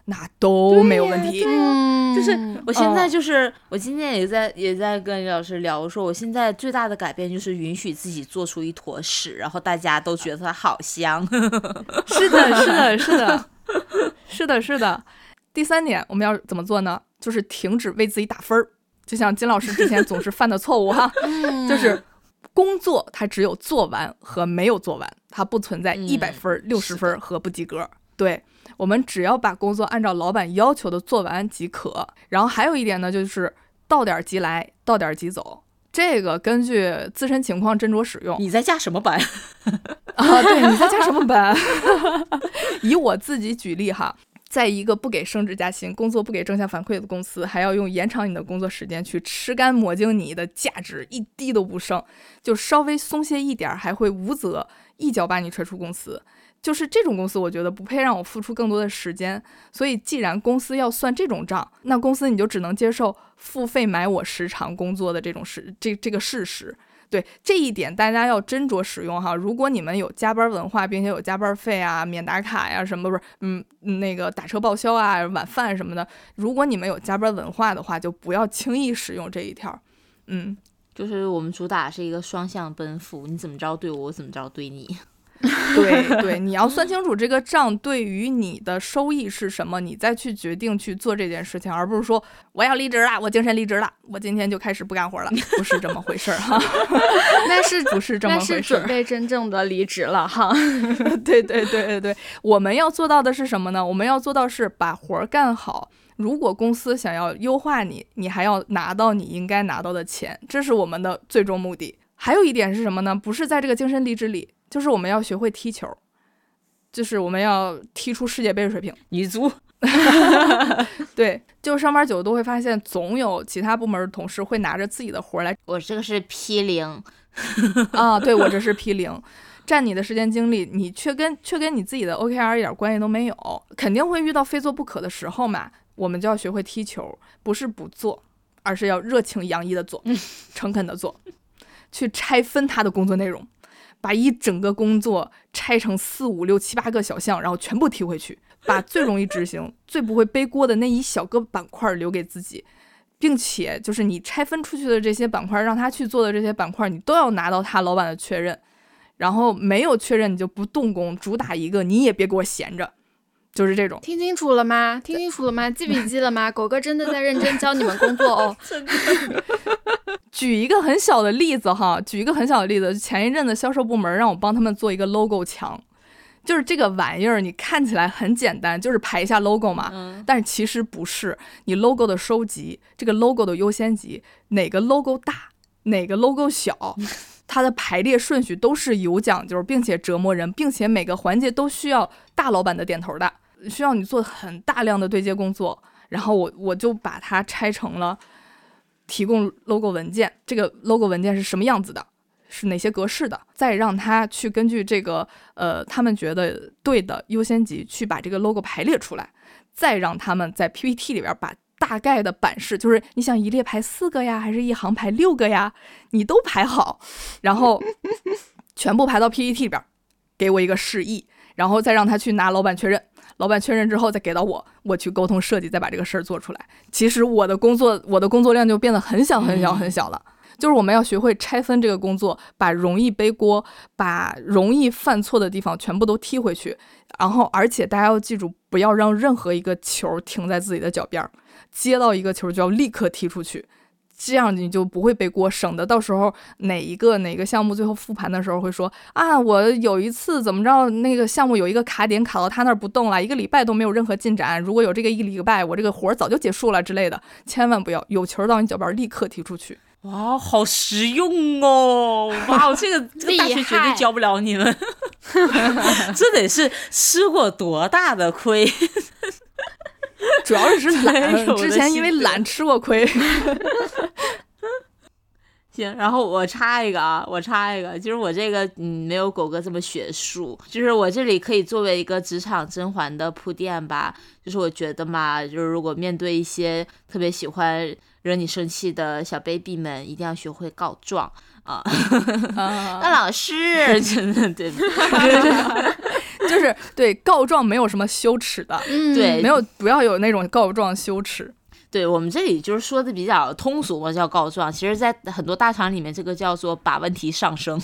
那都没有问题。 就是我现在我今天也在跟李老师聊，说我现在最大的改变就是允许自己做出一坨屎，然后大家都觉得它好香。 是的，是的。第3点我们要怎么做呢？就是停止为自己打分儿。就像金老师之前总是犯的错误哈，就是工作它只有做完和没有做完，它不存在100分、60分和不及格。对，我们只要把工作按照老板要求的做完即可。然后还有一点呢，就是到点即来，到点即走。这个根据自身情况斟酌使用。 你在加什么班啊？对，你在加什么班？以我自己举例哈，在一个不给升职加薪、工作不给正向反馈的公司，还要用延长你的工作时间去吃干抹净你的价值，一滴都不剩，就稍微松懈一点还会无责一脚把你踹出公司。就是这种公司我觉得不配让我付出更多的时间，所以既然公司要算这种账，那公司你就只能接受付费买我时长工作的这种这个事实。对，这一点大家要斟酌使用哈。如果你们有加班文化，并且有加班费啊、免打卡呀什么，不是那个打车报销啊、晚饭什么的，如果你们有加班文化的话，就不要轻易使用这一条。 就是我们主打是一个双向奔赴，你怎么着对我，我怎么着对你。 对，你要算清楚这个账对于你的收益是什么，你再去决定去做这件事情，而不是说我要离职了，我精神离职了，我今天就开始不干活了，不是这么回事哈。不是这么回事， 那是准备真正的离职了哈。 对，我们要做到的是什么呢？我们要做到是把活干好。如果公司想要优化你，你还要拿到你应该拿到的钱，这是我们的最终目的。还有一点是什么呢？不是在这个精神离职里，就是我们要学会踢球，就是我们要踢出世界杯水平。 女足对，就上班久都会发现，总有其他部门的同事会拿着自己的活来。 我这个是 P0 啊，对，我这是 P0，占你的时间精力，你却跟你自己的 OKR 一点关系都没有，肯定会遇到非做不可的时候嘛。我们就要学会踢球，不是不做，而是要热情洋溢的做，诚恳的做，去拆分他的工作内容，把一整个工作拆成4、5、6、7、8个小项，然后全部踢回去，把最容易执行、最不会背锅的那一小个板块留给自己，并且就是你拆分出去的这些板块，让他去做的这些板块，你都要拿到他老板的确认，然后没有确认你就不动工，主打一个你也别给我闲着。就是这种， 听清楚了吗？记笔记了吗？狗哥真的在认真教你们工作哦。举一个很小的例子，前一阵的销售部门让我帮他们做一个 logo 墙，就是这个玩意儿，你看起来很简单，就是排一下 logo 嘛，但是其实不是，你 logo 的收集，这个 logo 的优先级，哪个 logo 大，哪个 logo 小。它的排列顺序都是有讲究，并且折磨人，并且每个环节都需要大老板的点头的，需要你做很大量的对接工作。然后我就把它拆成了提供 logo 文件，这个 logo 文件是什么样子的，是哪些格式的，再让他去根据这个他们觉得对的优先级去把这个 logo 排列出来，再让他们在 PPT 里边把大概的版式，就是你想一列排4个呀，还是一行排6个呀，你都排好，然后全部排到 PPT 里边，给我一个示意，然后再让他去拿老板确认，老板确认之后再给到我去沟通设计，再把这个事儿做出来。其实我的工作量就变得很小了。就是我们要学会拆分这个工作，把容易背锅、把容易犯错的地方全部都踢回去，然后而且大家要记住，不要让任何一个球停在自己的脚边，接到一个球就要立刻踢出去，这样你就不会背锅，省得到时候哪个项目最后复盘的时候会说啊，我有一次怎么着，那个项目有一个卡点卡到他那儿不动了，1个礼拜都没有任何进展，如果有这个1礼拜，我这个活早就结束了之类的，千万不要有球到你脚边立刻踢出去。 哇，好实用哦！哇，这个大学绝对教不了你们，这得是吃过多大的亏。 主要是懒，之前因为懒吃过亏。 行，然后我插一个，就是我这个没有狗哥这么学术，就是我这里可以作为一个职场甄嬛的铺垫吧，就是我觉得嘛，就是如果面对一些特别喜欢惹你生气的小 baby 们，一定要学会告状啊。那老师真的对， 就是对告状没有什么羞耻的， 对， 不要有那种告状羞耻。 对，我们这里就是说的比较通俗嘛，叫告状。其实，在很多大厂里面，这个叫做把问题上升。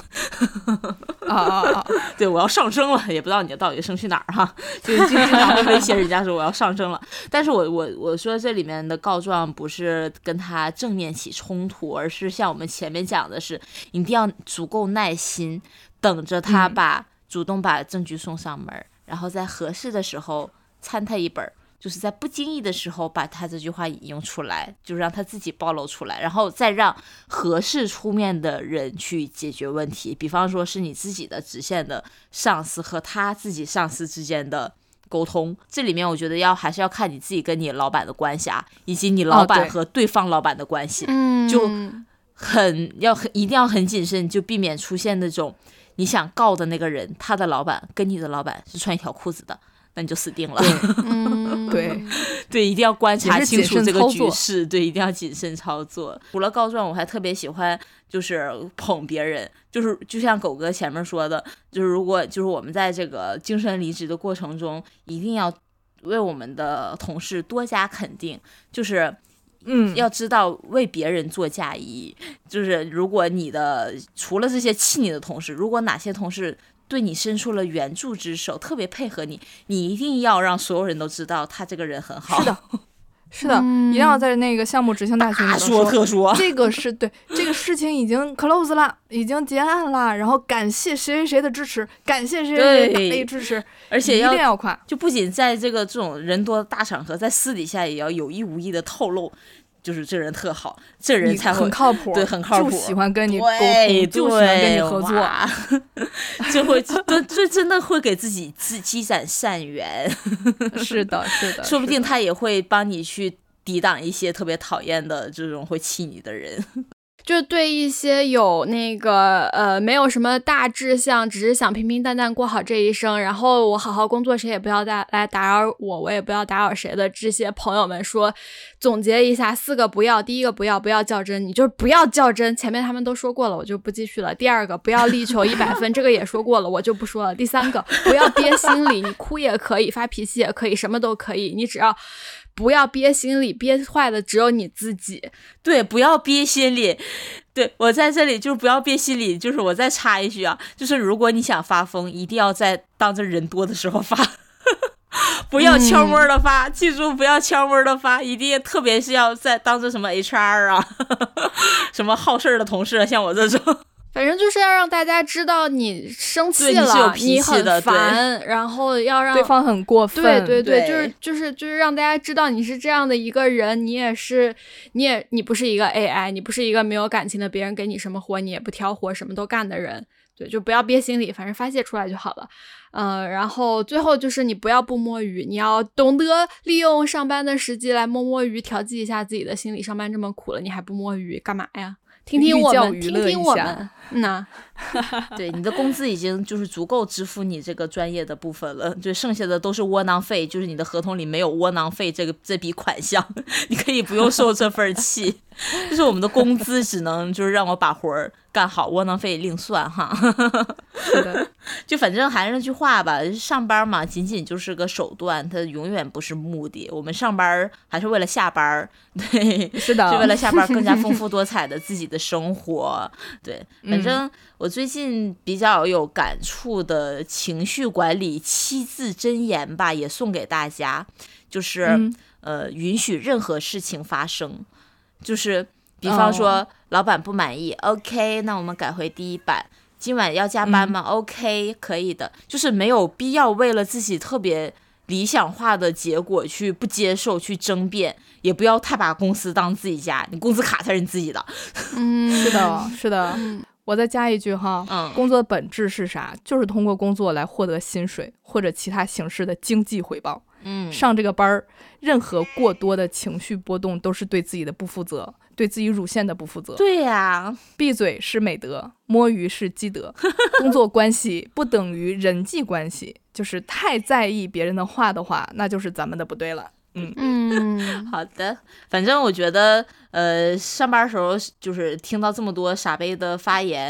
对，我要上升了，也不知道你到底升去哪儿哈。就是经常会威胁人家说我要上升了。但是我说这里面的告状不是跟他正面起冲突，而是像我们前面讲的是，一定要足够耐心，等着他主动把证据送上门，然后在合适的时候参他一本。就是在不经意的时候把他这句话引用出来，就是让他自己暴露出来，然后再让合适出面的人去解决问题。比方说是你自己的直线的上司和他自己上司之间的沟通，这里面我觉得还是要看你自己跟你老板的关系啊，以及你老板和对方老板的关系，就一定要很谨慎，就避免出现那种你想告的那个人，他的老板跟你的老板是穿一条裤子的，那你就死定了。对，一定要观察清楚这个局势，对，一定要谨慎操作。除了告状，我还特别喜欢就是捧别人，就像狗哥前面说的，就是如果就是我们在这个精神离职的过程中，一定要为我们的同事多加肯定，就是要知道为别人做嫁衣。就是如果除了这些气你的同事，如果哪些同事对你伸出了援助之手，特别配合你一定要让所有人都知道他这个人很好。 是的，一定要在那个项目执行大群里面说特说， 这个是对，这个事情已经 close 了，已经结案了，然后感谢谁谁谁的支持，感谢谁谁谁的支持， 而且一定要夸。 就不仅在这种人多的大场合，在私底下也要有意无意的透露。就是这人特好，这人才会很靠谱， 对，很靠谱， 就喜欢跟你沟通，就喜欢跟你合作， 就会真的会给自己积攒善缘。 是的， 说不定他也会帮你去抵挡一些特别讨厌的这种会气你的人。 就对一些有那个没有什么大志向，只是想平平淡淡过好这一生，然后我好好工作，谁也不要来打扰我，我也不要打扰谁的这些朋友们说，总结一下4个不要。第一个不要较真，你就是不要较真，前面他们都说过了，我就不继续了。第二个不要力求100分，这个也说过了，我就不说了。第3个不要憋心里，你哭也可以，发脾气也可以，什么都可以，你只要不要憋心里，憋坏的只有你自己。 对，不要憋心里。对，我在这里就是不要憋心里，就是我再插一句啊，就是如果你想发疯，一定要在当着人多的时候发，不要悄摸的发，记住不要悄摸的发，一定特别是要在当着什么 HR 啊，什么好事的同事，像我这种。 反正就是要让大家知道你生气了，你很烦，然后要让对方很过分。 对，就是让大家知道你是这样的一个人，你不是一个 AI， 你不是一个没有感情的，别人给你什么活你也不挑活，什么都干的人。对，就不要憋心里，反正发泄出来就好了。然后最后就是你不要不摸鱼，你要懂得利用上班的时机来摸鱼，调剂一下自己的心理。上班这么苦了，你还不摸鱼干嘛呀？听听我们，听听我们。 对，你的工资已经就是足够支付你这个专业的部分了，就剩下的都是窝囊费，就是你的合同里没有窝囊费这笔款项，你可以不用受这份气。就是我们的工资只能就是让我把活儿干好，窝囊费另算哈。 是的， 就反正还是那句话吧，上班嘛，仅仅就是个手段，它永远不是目的。我们上班还是为了下班，对， 是的， 就为了下班更加丰富多彩的自己的生活。对，反正我最近比较有感触的情绪管理7字真言吧，也送给大家，就是允许任何事情发生。就是比方说老板不满意，OK， 那我们改回第1版。今晚要加班吗？OK， 可以的。就是没有必要为了自己特别理想化的结果去不接受，去争辩，也不要太把公司当自己家，你工资卡才是你自己的。 是的。我再加一句哈，工作的本质是啥？就是通过工作来获得薪水或者其他形式的经济回报。上这个班儿，任何过多的情绪波动都是对自己的不负责，对自己乳腺的不负责。 对呀， 闭嘴是美德，摸鱼是积德。工作关系不等于人际关系，就是太在意别人的话，那就是咱们的不对了。 好的，反正我觉得上班的时候就是听到这么多傻杯的发言，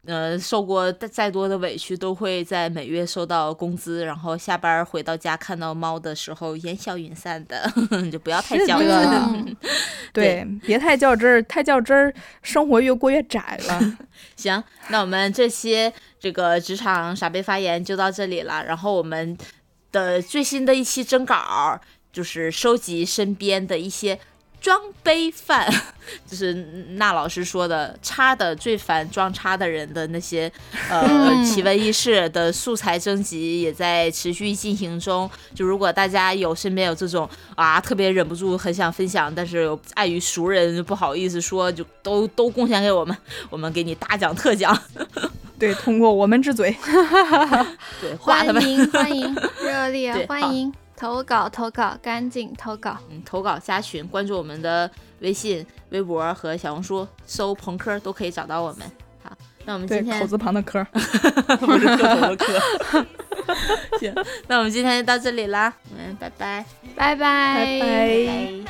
受过再多的委屈都会在每月收到工资，然后下班回到家看到猫的时候烟消云散的就不要太较真儿对，别太较真儿，太较真儿生活越过越窄了行，那我们这期这个职场傻杯发言就到这里了，然后我们的最新的一期征稿就是收集身边的一些装杯犯，就是那老师说的插的最烦装插的人的那些奇闻异事的素材征集也在持续进行中。就如果大家身边有这种特别忍不住很想分享，但是碍于熟人不好意思说，就都贡献给我们，我们给你大奖特奖。 对，通过我们之嘴对， 欢迎热烈欢迎投稿，赶紧投稿。 投稿加群，关注我们的微信、微博和小红书，搜朋克都可以找到我们。好，那我们今天口字旁的科， 不是个头的科。行，那我们今天就到这里啦，我们拜拜， 拜拜， 拜拜。